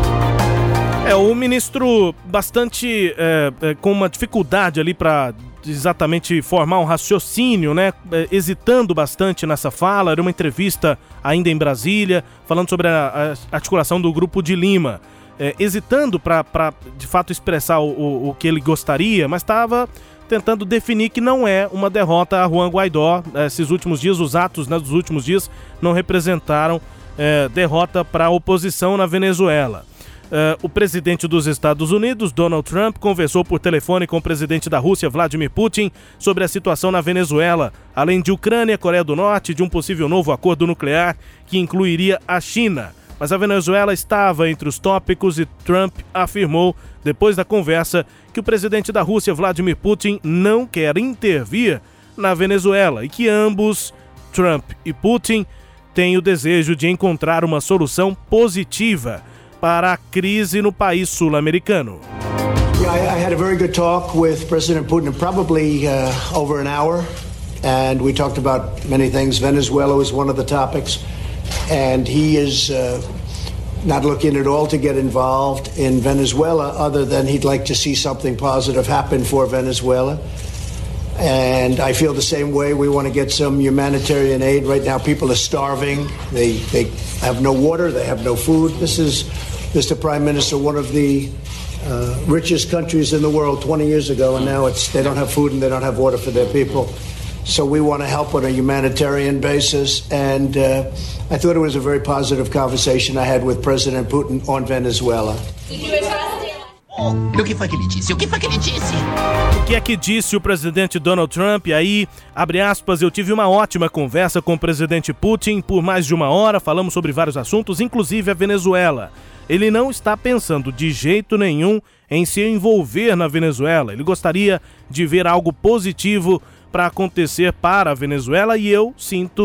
S3: É, o ministro bastante é, é, com uma dificuldade ali para exatamente formar um raciocínio, né? É, hesitando bastante nessa fala. Era uma entrevista ainda em Brasília, falando sobre a, a articulação do Grupo de Lima. É, hesitando para, de fato, expressar o, o, o que ele gostaria, mas estava tentando definir que não é uma derrota a Juan Guaidó. Esses últimos dias, os atos, né, dos últimos dias não representaram é, derrota para a oposição na Venezuela. Uh, o presidente dos Estados Unidos, Donald Trump, conversou por telefone com o presidente da Rússia, Vladimir Putin, sobre a situação na Venezuela, além de Ucrânia, Coreia do Norte e de um possível novo acordo nuclear que incluiria a China. Mas a Venezuela estava entre os tópicos e Trump afirmou, depois da conversa, que o presidente da Rússia, Vladimir Putin, não quer intervir na Venezuela e que ambos, Trump e Putin, têm o desejo de encontrar uma solução positiva para a crise no país sul-americano.
S14: Yeah, I, I had a very good talk with President Putin, probably uh, over an hour, and we talked about many things. Venezuela was one of the topics, and he is uh, not looking at all to get involved in Venezuela, other than he'd like to see something positive happen for Venezuela. And I feel the same way. We want to get some humanitarian aid. Right now, people are starving. They they have no water. They have no food. This is, Mister Prime Minister, one of the uh, richest countries in the world twenty years ago, and now it's they don't have food and they don't have water for their people. So we want to help on a humanitarian basis. And uh, I thought it was a very positive conversation I had with President Putin on Venezuela.
S15: O que foi que ele disse? O que foi que ele disse?
S3: O que é que disse o presidente Donald Trump? E aí, abre aspas, eu tive uma ótima conversa com o presidente Putin por mais de uma hora, falamos sobre vários assuntos, inclusive a Venezuela. Ele não está pensando de jeito nenhum em se envolver na Venezuela. Ele gostaria de ver algo positivo para acontecer para a Venezuela e eu sinto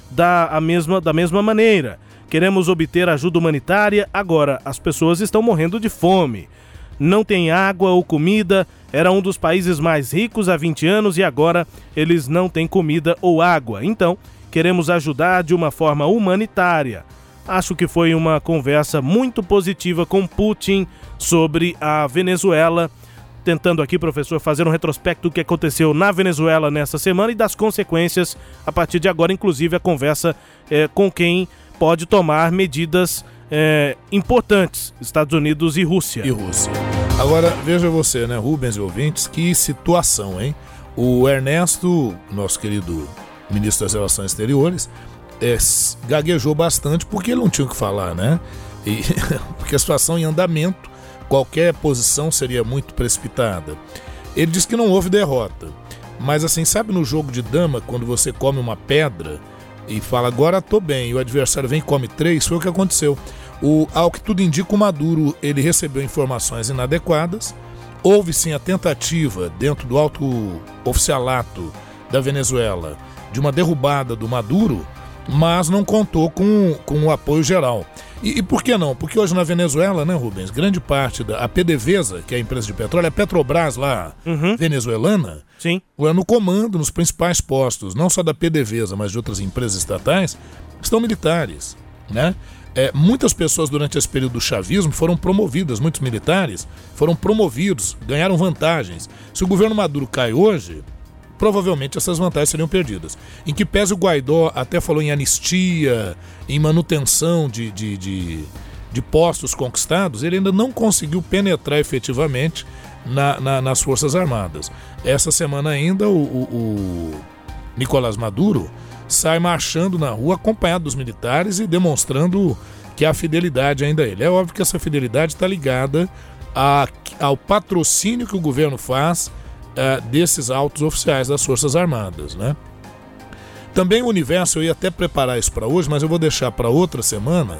S3: da, a mesma, da mesma maneira. Queremos obter ajuda humanitária, agora as pessoas estão morrendo de fome. Não tem água ou comida, era um dos países mais ricos há vinte anos e agora eles não têm comida ou água. Então, queremos ajudar de uma forma humanitária. Acho que foi uma conversa muito positiva com Putin sobre a Venezuela. Tentando aqui, professor, fazer um retrospecto do que aconteceu na Venezuela nessa semana e das consequências a partir de agora, inclusive a conversa é, com quem pode tomar medidas é, importantes, Estados Unidos e Rússia.
S4: E Rússia. Agora, veja você, né, Rubens e ouvintes, que situação, hein? O Ernesto, nosso querido ministro das Relações Exteriores, é, gaguejou bastante porque ele não tinha o que falar, né? E, porque a situação em andamento, qualquer posição seria muito precipitada. Ele disse que não houve derrota, mas assim, sabe no jogo de dama, quando você come uma pedra e fala, agora tô bem, e o adversário vem e come três, foi o que aconteceu. O, ao que tudo indica, o Maduro, ele recebeu informações inadequadas, houve sim a tentativa dentro do alto oficialato da Venezuela de uma derrubada do Maduro, mas não contou com, com o apoio geral. E, e por que não? Porque hoje na Venezuela, né, Rubens, grande parte da a PDVSA, que é a empresa de petróleo, a Petrobras lá, uhum. venezuelana,
S3: sim,
S4: no comando, nos principais postos, não só da PDVSA, mas de outras empresas estatais, estão militares, né? É, muitas pessoas durante esse período do chavismo foram promovidas, muitos militares foram promovidos, ganharam vantagens. Se o governo Maduro cai hoje, provavelmente essas vantagens seriam perdidas. Em que pese o Guaidó até falou em anistia, em manutenção de, de, de, de postos conquistados, ele ainda não conseguiu penetrar efetivamente na, na, nas Forças Armadas. Essa semana ainda o, o, o Nicolás Maduro sai marchando na rua acompanhado dos militares e demonstrando que há fidelidade ainda a ele. É óbvio que essa fidelidade está ligada a, ao patrocínio que o governo faz Uh, desses altos oficiais das Forças Armadas, né? Também o universo, eu ia até preparar isso para hoje, mas eu vou deixar para outra semana.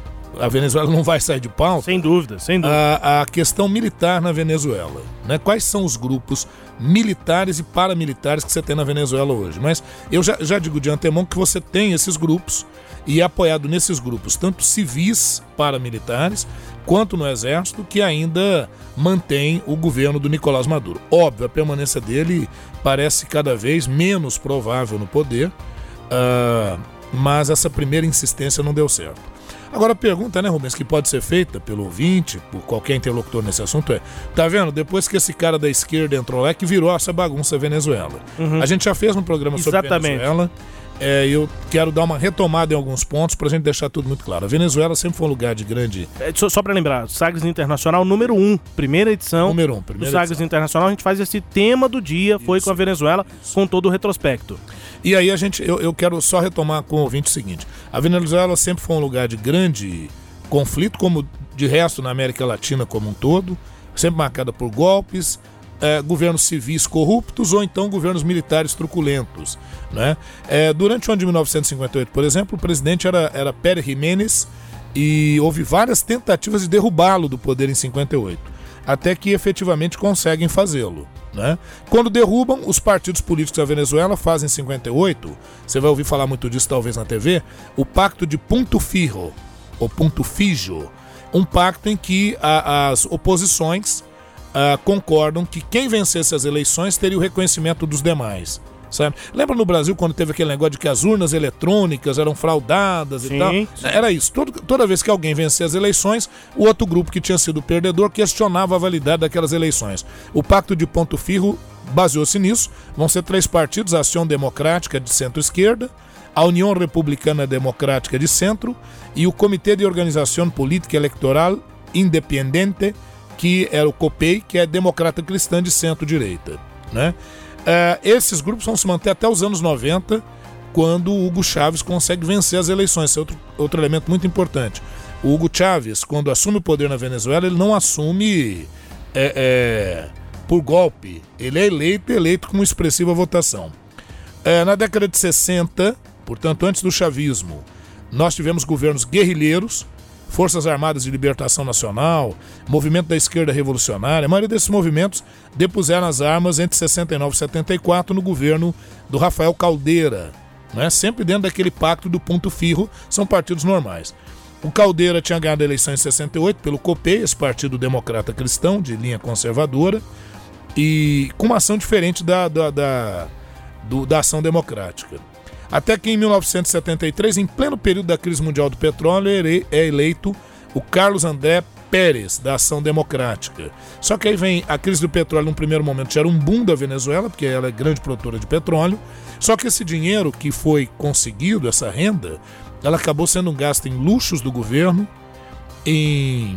S4: A Venezuela não vai sair de pauta.
S3: Sem dúvida, sem dúvida.
S4: A, a questão militar na Venezuela, né? Quais são os grupos militares e paramilitares que você tem na Venezuela hoje? Mas eu já, já digo de antemão que você tem esses grupos e é apoiado nesses grupos, tanto civis paramilitares, quanto no exército, que ainda mantém o governo do Nicolás Maduro. Óbvio, a permanência dele parece cada vez menos provável no poder, uh, mas essa primeira insistência não deu certo. Agora a pergunta, né, Rubens, que pode ser feita pelo ouvinte, por qualquer interlocutor nesse assunto é, tá vendo, depois que esse cara da esquerda entrou lá, é que virou essa bagunça Venezuela. Uhum. A gente já fez um programa sobre
S3: Exatamente.
S4: Venezuela. É, eu quero dar uma retomada em alguns pontos pra gente deixar tudo muito claro. A Venezuela sempre foi um lugar de grande...
S3: É, só só pra lembrar, Sagres Internacional número um, primeira edição
S4: número um, primeira
S3: do Sagres
S4: edição.
S3: Internacional, a gente faz esse tema do dia, foi Isso. com a Venezuela, Isso. com todo o retrospecto.
S4: E aí a gente, eu, eu quero só retomar com o ouvinte o seguinte, a Venezuela sempre foi um lugar de grande conflito, como de resto na América Latina como um todo, sempre marcada por golpes, É, governos civis corruptos ou então governos militares truculentos, né? É, durante o ano de mil novecentos e cinquenta e oito, por exemplo, o presidente era, era Pérez Jiménez e houve várias tentativas de derrubá-lo do poder em cinquenta e oito, até que efetivamente conseguem fazê-lo, né? Quando derrubam, os partidos políticos da Venezuela fazem em cinquenta e oito, você vai ouvir falar muito disso talvez na T V, o Pacto de Punto Fijo, ou Punto Fijo, um pacto em que a, as oposições Uh, concordam que quem vencesse as eleições teria o reconhecimento dos demais, sabe? Lembra no Brasil quando teve aquele negócio de que as urnas eletrônicas eram fraudadas Sim. e tal? Era isso. Todo, toda vez que alguém vencia as eleições, o outro grupo que tinha sido perdedor questionava a validade daquelas eleições. O Pacto de Ponto Fijo baseou-se nisso. Vão ser três partidos, a Ação Democrática de centro-esquerda, a União Republicana Democrática de centro e o Comitê de Organização Política Eleitoral Independente, que era o COPEI, que é Democrata Cristã de centro-direita, né? Uh, esses grupos vão se manter até os anos noventa, quando o Hugo Chávez consegue vencer as eleições. Esse é outro, outro elemento muito importante. O Hugo Chávez, quando assume o poder na Venezuela, ele não assume é, é, por golpe. Ele é eleito e eleito com uma expressiva votação. Uh, na década de sessenta, portanto antes do chavismo, nós tivemos governos guerrilheiros, Forças Armadas de Libertação Nacional, Movimento da Esquerda Revolucionária. A maioria desses movimentos depuseram as armas entre sessenta e nove e setenta e quatro no governo do Rafael Caldeira, né? Sempre dentro daquele pacto do ponto firro, são partidos normais. O Caldeira tinha ganhado a eleição em sessenta e oito pelo COPEI, esse partido democrata cristão, de linha conservadora, e com uma ação diferente da, da, da, do, da ação democrática. Até que em mil novecentos e setenta e três, em pleno período da crise mundial do petróleo, é eleito o Carlos André Pérez, da Ação Democrática. Só que aí vem a crise do petróleo, num primeiro momento gera um boom da Venezuela, porque ela é grande produtora de petróleo, só que esse dinheiro que foi conseguido, essa renda, ela acabou sendo um gasto em luxos do governo, em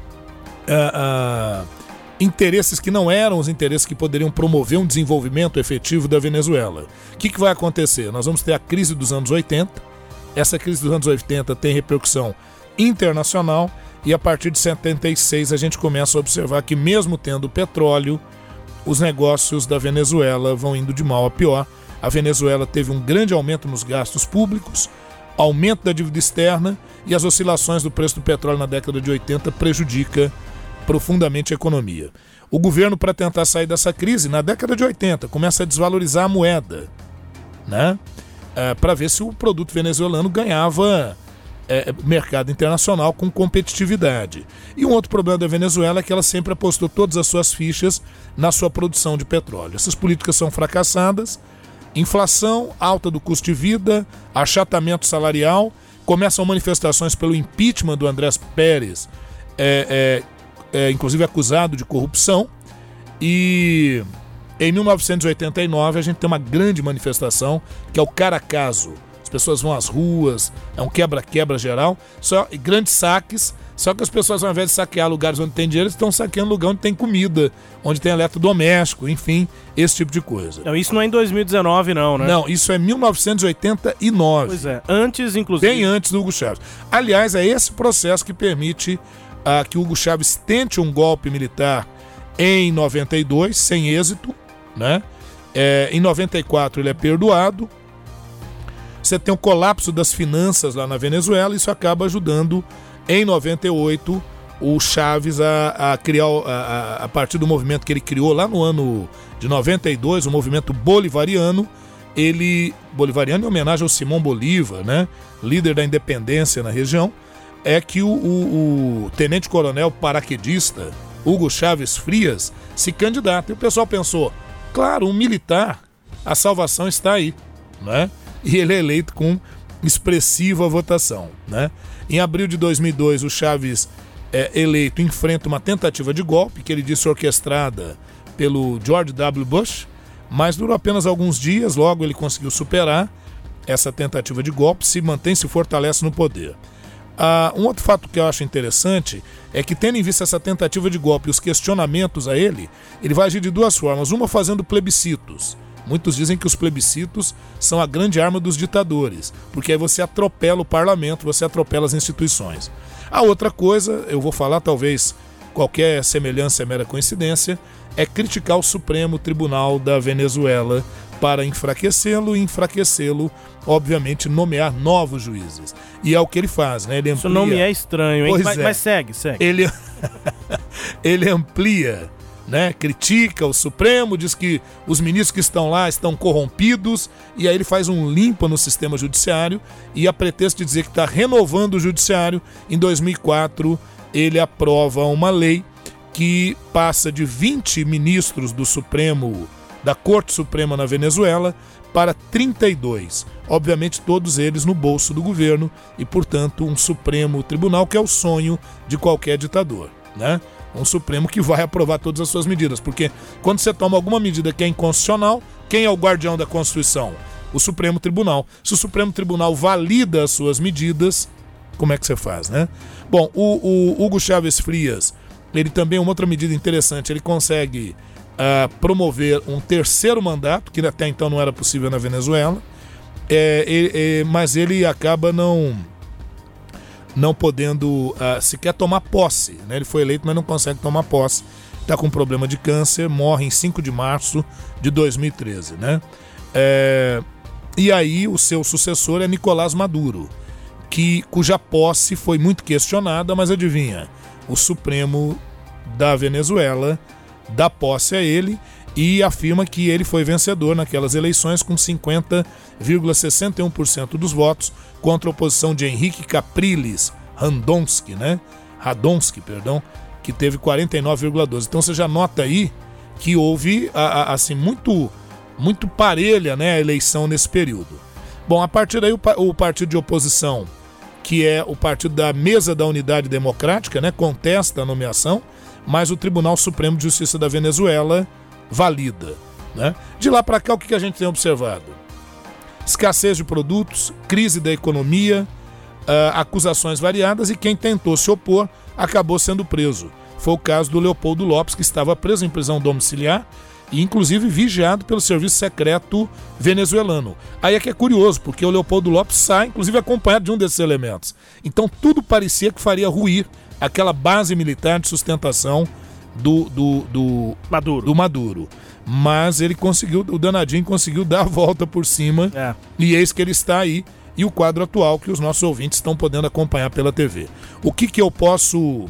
S4: uh, uh, interesses que não eram os interesses que poderiam promover um desenvolvimento efetivo da Venezuela. O que, que vai acontecer? Nós vamos ter a crise dos anos oitenta, essa crise dos anos oitenta tem repercussão internacional, e a partir de setenta e seis a gente começa a observar que mesmo tendo petróleo, os negócios da Venezuela vão indo de mal a pior. A Venezuela teve um grande aumento nos gastos públicos, aumento da dívida externa, e as oscilações do preço do petróleo na década de oitenta prejudica profundamente a economia. O governo, para tentar sair dessa crise, na década de oitenta, começa a desvalorizar a moeda, né? É, para ver se o produto venezuelano ganhava é, mercado internacional com competitividade. E um outro problema da Venezuela é que ela sempre apostou todas as suas fichas na sua produção de petróleo. Essas políticas são fracassadas, inflação, alta do custo de vida, achatamento salarial, começam manifestações pelo impeachment do Andrés Pérez, é, é, é, inclusive acusado de corrupção, e em mil novecentos e oitenta e nove a gente tem uma grande manifestação, que é o Caracazo. As pessoas vão às ruas, é um quebra-quebra geral, só grandes saques, só que as pessoas, ao invés de saquear lugares onde tem dinheiro, estão saqueando lugar onde tem comida, onde tem eletrodoméstico, enfim, esse tipo de coisa.
S3: Não, isso não é em dois mil e dezenove não, né?
S4: Não, isso é mil novecentos e oitenta e nove.
S3: Pois é, antes inclusive.
S4: Bem antes do Hugo Chávez. Aliás, é esse processo que permite uh, que o Hugo Chávez tente um golpe militar em noventa e dois, sem êxito, né? É, em noventa e quatro ele é perdoado. Você tem um colapso das finanças lá na Venezuela, isso acaba ajudando, em noventa e oito, o Chávez a, a criar, a, a partir do movimento que ele criou lá no ano de noventa e dois, o movimento bolivariano, ele, bolivariano em homenagem ao Simão Bolívar, né, líder da independência na região, é que o, o, o tenente-coronel paraquedista Hugo Chávez Frias se candidata. E o pessoal pensou, claro, um militar, a salvação está aí, né? E ele é eleito com expressiva votação, né? Em abril de dois mil e dois, o Chávez é eleito enfrenta uma tentativa de golpe, que ele disse orquestrada pelo George W. Bush, mas durou apenas alguns dias, logo ele conseguiu superar essa tentativa de golpe, se mantém, se fortalece no poder. Ah, um outro fato que eu acho interessante é que, tendo em vista essa tentativa de golpe e os questionamentos a ele, ele vai agir de duas formas. Uma, fazendo plebiscitos. Muitos dizem que os plebiscitos são a grande arma dos ditadores, porque aí você atropela o parlamento, você atropela as instituições. A outra coisa, eu vou falar, talvez qualquer semelhança é mera coincidência, é criticar o Supremo Tribunal da Venezuela para enfraquecê-lo e enfraquecê-lo, obviamente, nomear novos juízes. E é o que ele faz, né? Ele amplia...
S3: Isso não me é estranho, hein? Mas,
S4: é.
S3: mas segue, segue.
S4: Ele, ele amplia, né? Critica o Supremo, diz que os ministros que estão lá estão corrompidos, e aí ele faz um limpa no sistema judiciário, e a pretexto de dizer que está renovando o judiciário, em dois mil e quatro ele aprova uma lei que passa de vinte ministros do Supremo, da Corte Suprema na Venezuela, para trinta e dois. Obviamente todos eles no bolso do governo e, portanto, um Supremo Tribunal que é o sonho de qualquer ditador, né? Um Supremo que vai aprovar todas as suas medidas, porque quando você toma alguma medida que é inconstitucional, quem é o guardião da Constituição? O Supremo Tribunal. Se o Supremo Tribunal valida as suas medidas, como é que você faz, né? Bom, o, o Hugo Chávez Frias, ele também, uma outra medida interessante, ele consegue uh, promover um terceiro mandato, que até então não era possível na Venezuela, é, é, é, mas ele acaba não, não podendo uh, sequer tomar posse, né? Ele foi eleito, mas não consegue tomar posse. Está com problema de câncer, morre em cinco de março de dois mil e treze, né? É, e aí o seu sucessor é Nicolás Maduro, que, cuja posse foi muito questionada, mas adivinha, o Supremo da Venezuela dá posse a ele, e afirma que ele foi vencedor naquelas eleições com cinquenta vírgula sessenta e um por cento dos votos contra a oposição de Henrique Capriles Radonsky, né? Radonsky, perdão, que teve quarenta e nove vírgula doze por cento. Então você já nota aí que houve a, a, assim, muito, muito parelha, né, a eleição nesse período. Bom, a partir daí o, o partido de oposição, que é o partido da Mesa da Unidade Democrática, né, contesta a nomeação, mas o Tribunal Supremo de Justiça da Venezuela valida, né? De lá para cá, o que a gente tem observado? Escassez de produtos, crise da economia, uh, acusações variadas, e quem tentou se opor acabou sendo preso. Foi o caso do Leopoldo Lopes, que estava preso em prisão domiciliar e inclusive vigiado pelo serviço secreto venezuelano. Aí é que é curioso, porque o Leopoldo Lopes sai, inclusive acompanhado de um desses elementos. Então tudo parecia que faria ruir aquela base militar de sustentação do, do, do,
S3: Maduro.
S4: do Maduro. Mas ele conseguiu, o danadinho conseguiu dar a volta por cima, é. E eis que ele está aí, e o quadro atual que os nossos ouvintes estão podendo acompanhar pela T V. O que, que eu posso,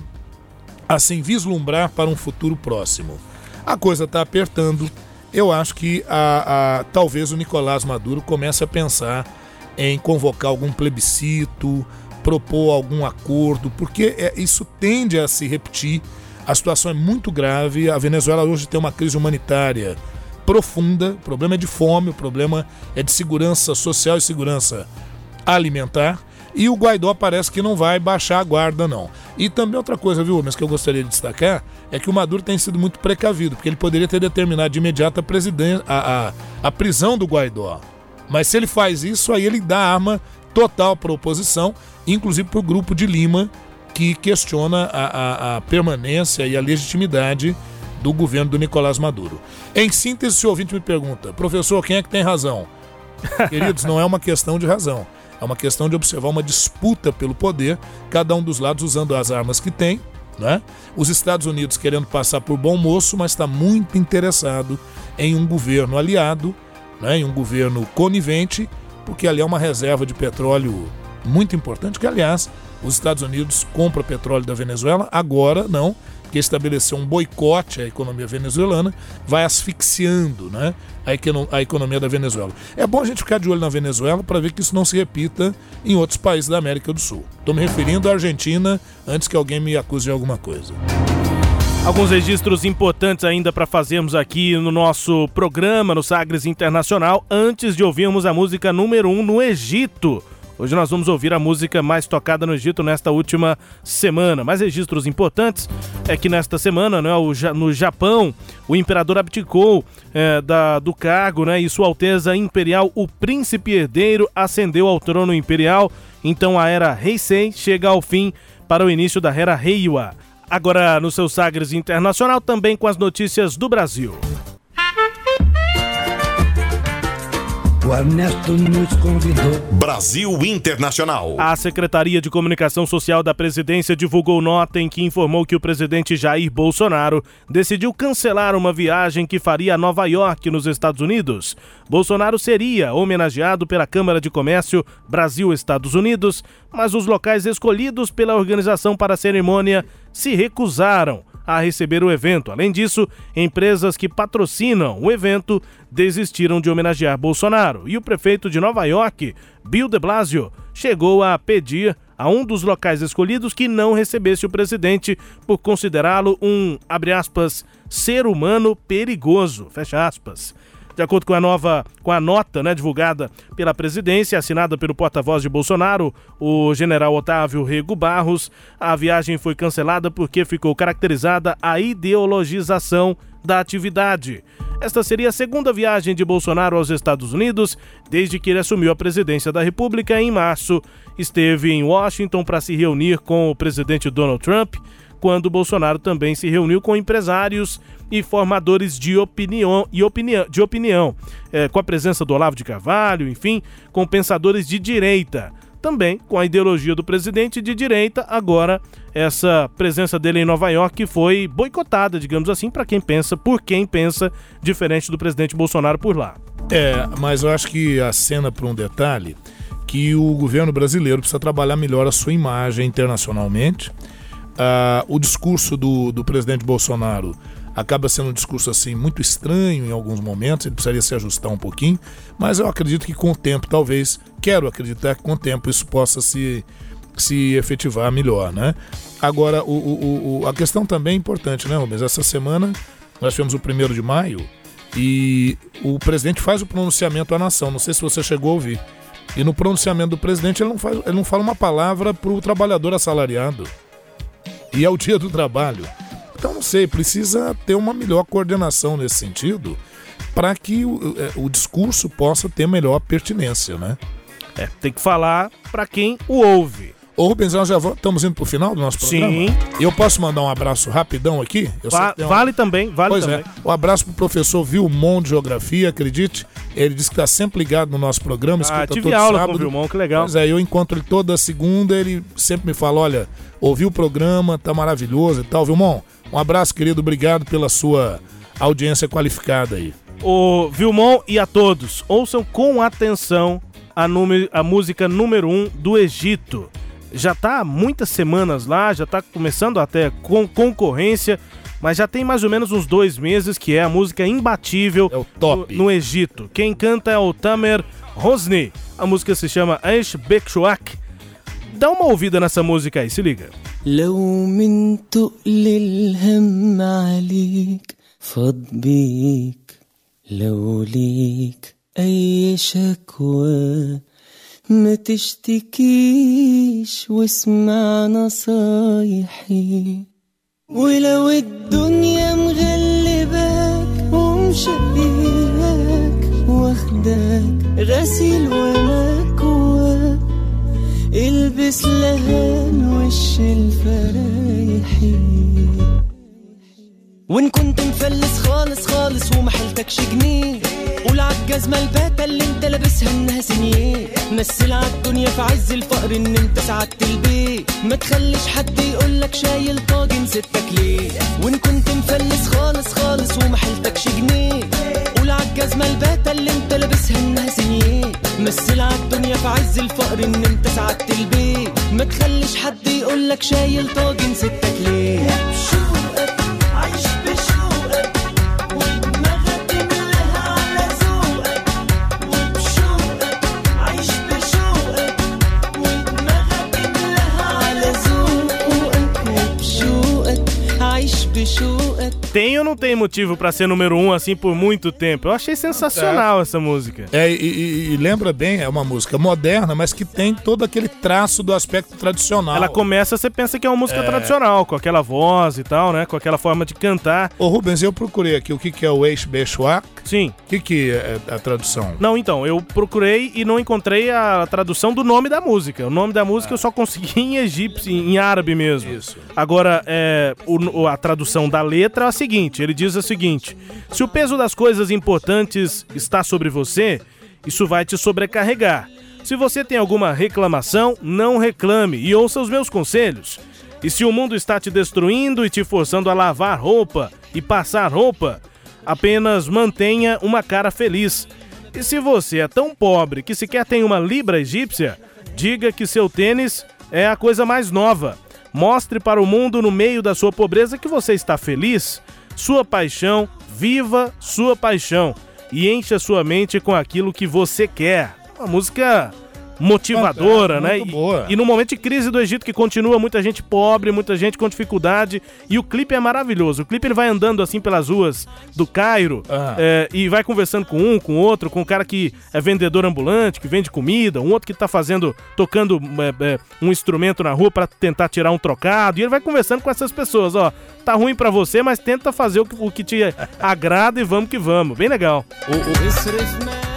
S4: assim, vislumbrar para um futuro próximo? A coisa está apertando. Eu acho que a, a, talvez o Nicolás Maduro comece a pensar em convocar algum plebiscito, propor algum acordo, porque é, isso tende a se repetir. A situação é muito grave. A Venezuela hoje tem uma crise humanitária profunda. O problema é de fome, o problema é de segurança social e segurança alimentar. E o Guaidó parece que não vai baixar a guarda, não. E também outra coisa, viu, mas que eu gostaria de destacar, é que o Maduro tem sido muito precavido, porque ele poderia ter determinado de imediato a, presiden- a, a, a prisão do Guaidó. Mas se ele faz isso, aí ele dá arma total para a oposição, inclusive para o Grupo de Lima, que questiona a, a, a permanência e a legitimidade do governo do Nicolás Maduro. Em síntese, se o ouvinte me pergunta, professor, quem é que tem razão? Queridos, não é uma questão de razão. É uma questão de observar uma disputa pelo poder, cada um dos lados usando as armas que tem, né? Os Estados Unidos querendo passar por bom moço, mas está muito interessado em um governo aliado, né? Em um governo conivente, porque ali é uma reserva de petróleo muito importante, que, aliás, os Estados Unidos compram petróleo da Venezuela, agora não, porque estabeleceu um boicote à economia venezuelana, vai asfixiando, né, a, econo- a economia da Venezuela. É bom a gente ficar de olho na Venezuela para ver que isso não se repita em outros países da América do Sul. Estou me referindo à Argentina, antes que alguém me acuse de alguma coisa.
S3: Alguns registros importantes ainda para fazermos aqui no nosso programa, no Sagres Internacional, antes de ouvirmos a música número um no Egito. Hoje nós vamos ouvir a música mais tocada no Egito nesta última semana. Mais registros importantes é que nesta semana, né, no Japão, o imperador abdicou é, da, do cargo, né, e Sua Alteza Imperial, o Príncipe Herdeiro, ascendeu ao trono imperial. Então a era Heisei chega ao fim para o início da era Heiwa. Agora no seu Sagres Internacional, também com as notícias do Brasil.
S1: O Ernesto nos convidou. Brasil Internacional.
S3: A Secretaria de Comunicação Social da Presidência divulgou nota em que informou que o presidente Jair Bolsonaro decidiu cancelar uma viagem que faria a Nova York, nos Estados Unidos. Bolsonaro seria homenageado pela Câmara de Comércio Brasil-Estados Unidos, mas os locais escolhidos pela organização para a cerimônia se recusaram a receber o evento. Além disso, empresas que patrocinam o evento desistiram de homenagear Bolsonaro. E o prefeito de Nova York, Bill de Blasio, chegou a pedir a um dos locais escolhidos que não recebesse o presidente por considerá-lo um, abre aspas, ser humano perigoso, fecha aspas. De acordo com a nova, com a nota, né, divulgada pela presidência, assinada pelo porta-voz de Bolsonaro, o general Otávio Rego Barros, a viagem foi cancelada porque ficou caracterizada a ideologização da atividade. Esta seria a segunda viagem de Bolsonaro aos Estados Unidos desde que ele assumiu a presidência da República em março. Esteve em Washington para se reunir com o presidente Donald Trump, quando Bolsonaro também se reuniu com empresários e formadores de opinião, e opinião, de opinião é, com a presença do Olavo de Carvalho, enfim, com pensadores de direita. Também com a ideologia do presidente de direita, agora essa presença dele em Nova York foi boicotada, digamos assim, para quem pensa, por quem pensa diferente do presidente Bolsonaro por lá.
S4: É, mas eu acho que acena para um detalhe que o governo brasileiro precisa trabalhar melhor a sua imagem internacionalmente. Uh, o discurso do, do presidente Bolsonaro acaba sendo um discurso assim muito estranho em alguns momentos, ele precisaria se ajustar um pouquinho, mas eu acredito que com o tempo, talvez, quero acreditar que com o tempo isso possa se, se efetivar melhor, né? Agora, o, o, o, a questão também é importante, né, Rubens? Essa semana nós tivemos o primeiro de maio e o presidente faz o pronunciamento à nação, não sei se você chegou a ouvir, e no pronunciamento do presidente ele não, faz, ele não fala uma palavra para o trabalhador assalariado, e é o dia do trabalho. Então, não sei, precisa ter uma melhor coordenação nesse sentido para que o, o discurso possa ter melhor pertinência, né?
S3: É, tem que falar para quem o ouve.
S4: Ô Rubens, nós já vamos, estamos indo pro final do nosso programa?
S3: Sim.
S4: Eu posso mandar um abraço rapidão aqui? Eu
S3: Va-
S4: uma...
S3: Vale também, vale
S4: pois
S3: também.
S4: É, um abraço pro professor Vilmon de Geografia, acredite, ele disse que está sempre ligado no nosso programa, escuta
S3: Ah, tive
S4: todo
S3: aula
S4: sábado.
S3: com o Vilmon, que legal.
S4: Pois é, eu encontro ele toda segunda, ele sempre me fala, olha, ouvi o programa, tá maravilhoso e tal. Vilmon, um abraço, querido, obrigado pela sua audiência qualificada aí.
S3: O Vilmon e a todos, ouçam com atenção a, número, a música número um do Egito. Já tá há muitas semanas lá, já tá começando até com concorrência, mas já tem mais ou menos uns dois meses que é a música imbatível
S4: é o top.
S3: No, no Egito. Quem canta é o Tamer Hosni. A música se chama Aish Bekshuak. Dá uma ouvida nessa música aí, se liga.
S16: لو من تقل الهم عليك فاض بيك لو ليك أي شكوى ما تشتكيش واسمع نصايحي ولو الدنيا مغلباك ومشقياك واخداك غسيل ومكواك البس لهان وش الفرايحي وان كنت مفلس خالص خالص ومحلتكش جنيه قول عالجزمة الباتة اللي انت لابسها انها سنيه مثل عالدنيا في عز الفقر ان انت سعدت البيت ما تخليش حد يقولك شايل طاجن ستك ليه وان كنت مفلس خالص خالص ومحلتكش جنيه قول عالجزمة الباتة اللي انت لابسها انها سنيه مثل عالدنيا في عز الفقر ان انت سعدت البيت ما تخليش حد يقولك شايل طاجن ستك ليه بشوقك عيش بشوقك ودماغك املاها على ذوقك وبشوقك عيش بشوقك ودماغك املاها على ذوقك وبشوقك عيش بشوقك.
S3: Tem ou não tem motivo pra ser número um assim por muito tempo? Eu achei sensacional essa música.
S4: É, e, e, e lembra bem, é uma música moderna, mas que tem todo aquele traço do aspecto tradicional.
S3: Ela começa, você pensa que é uma música
S4: É.
S3: tradicional, com aquela voz e tal, né? Com aquela forma de cantar.
S4: Ô Rubens, eu procurei aqui o que, que é o Eish Bechuak.
S3: Sim.
S4: O que, que é a tradução?
S3: Não, então, eu procurei e não encontrei a tradução do nome da música. O nome da música eu só consegui em egípcio, em árabe mesmo.
S4: Isso.
S3: Agora, é, o, a tradução da letra é a seguinte, ele diz o seguinte: se o peso das coisas importantes está sobre você, isso vai te sobrecarregar. Se você tem alguma reclamação, não reclame e ouça os meus conselhos. E se o mundo está te destruindo e te forçando a lavar roupa e passar roupa, apenas mantenha uma cara feliz. E se você é tão pobre que sequer tem uma libra egípcia, diga que seu tênis é a coisa mais nova. Mostre para o mundo no meio da sua pobreza que você está feliz. Sua paixão, viva sua paixão e encha sua mente com aquilo que você quer. Uma música motivadora,
S4: é,
S3: né?
S4: muito boa.
S3: E, e no momento de crise do Egito, que continua muita gente pobre, muita gente com dificuldade, e o clipe é maravilhoso. O clipe ele vai andando assim pelas ruas do Cairo
S4: Ah.
S3: é, e vai conversando com um, com outro, com um cara que é vendedor ambulante, que vende comida, um outro que tá fazendo, tocando é, é, um instrumento na rua pra tentar tirar um trocado, e ele vai conversando com essas pessoas, ó, tá ruim pra você, mas tenta fazer o que, o que te agrada e vamos que vamos. Bem legal. O, o...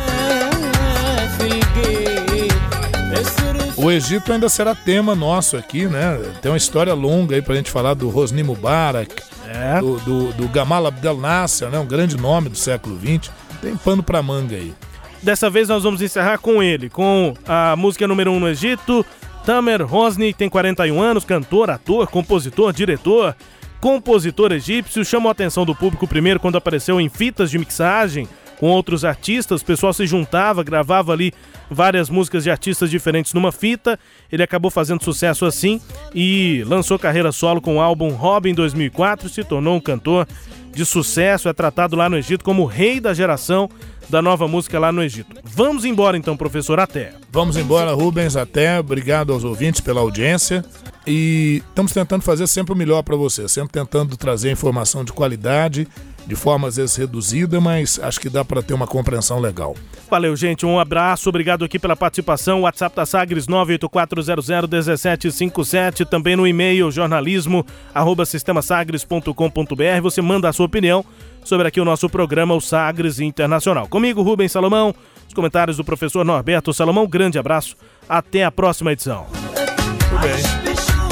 S4: O Egito ainda será tema nosso aqui, né? Tem uma história longa aí pra gente falar do Hosni Mubarak,
S3: é.
S4: do, do, do Gamal Abdel Nasser, né? Um grande nome do século vinte. Tem pano pra manga aí.
S3: Dessa vez nós vamos encerrar com ele, com a música número um no Egito. Tamer Hosni tem quarenta e um anos, cantor, ator, compositor, diretor, compositor egípcio. Chamou a atenção do público primeiro quando apareceu em fitas de mixagem com outros artistas, o pessoal se juntava, gravava ali várias músicas de artistas diferentes numa fita. Ele acabou fazendo sucesso assim e lançou carreira solo com o álbum Robin em dois mil e quatro, se tornou um cantor de sucesso, é tratado lá no Egito como o rei da geração da nova música lá no Egito. Vamos embora então, professor, até.
S4: Vamos embora, Rubens, até. Obrigado aos ouvintes pela audiência. E estamos tentando fazer sempre o melhor para você, sempre tentando trazer informação de qualidade, de forma às vezes reduzida, mas acho que dá para ter uma compreensão legal.
S3: Valeu, gente, um abraço, obrigado aqui pela participação. WhatsApp da Sagres nove oito quatro zero zero um sete cinco sete, também no e-mail jornalismo arroba sistema sagres ponto com ponto b r. Você manda a sua opinião sobre aqui o nosso programa, o Sagres Internacional. Comigo, Rubens Salomão, os comentários do professor Norberto Salomão. Grande abraço, até a próxima edição.
S4: Tudo bem.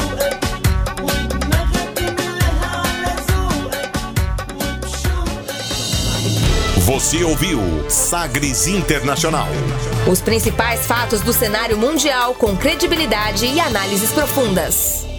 S1: Você ouviu Sagres Internacional.
S2: Os principais fatos do cenário mundial com credibilidade e análises profundas.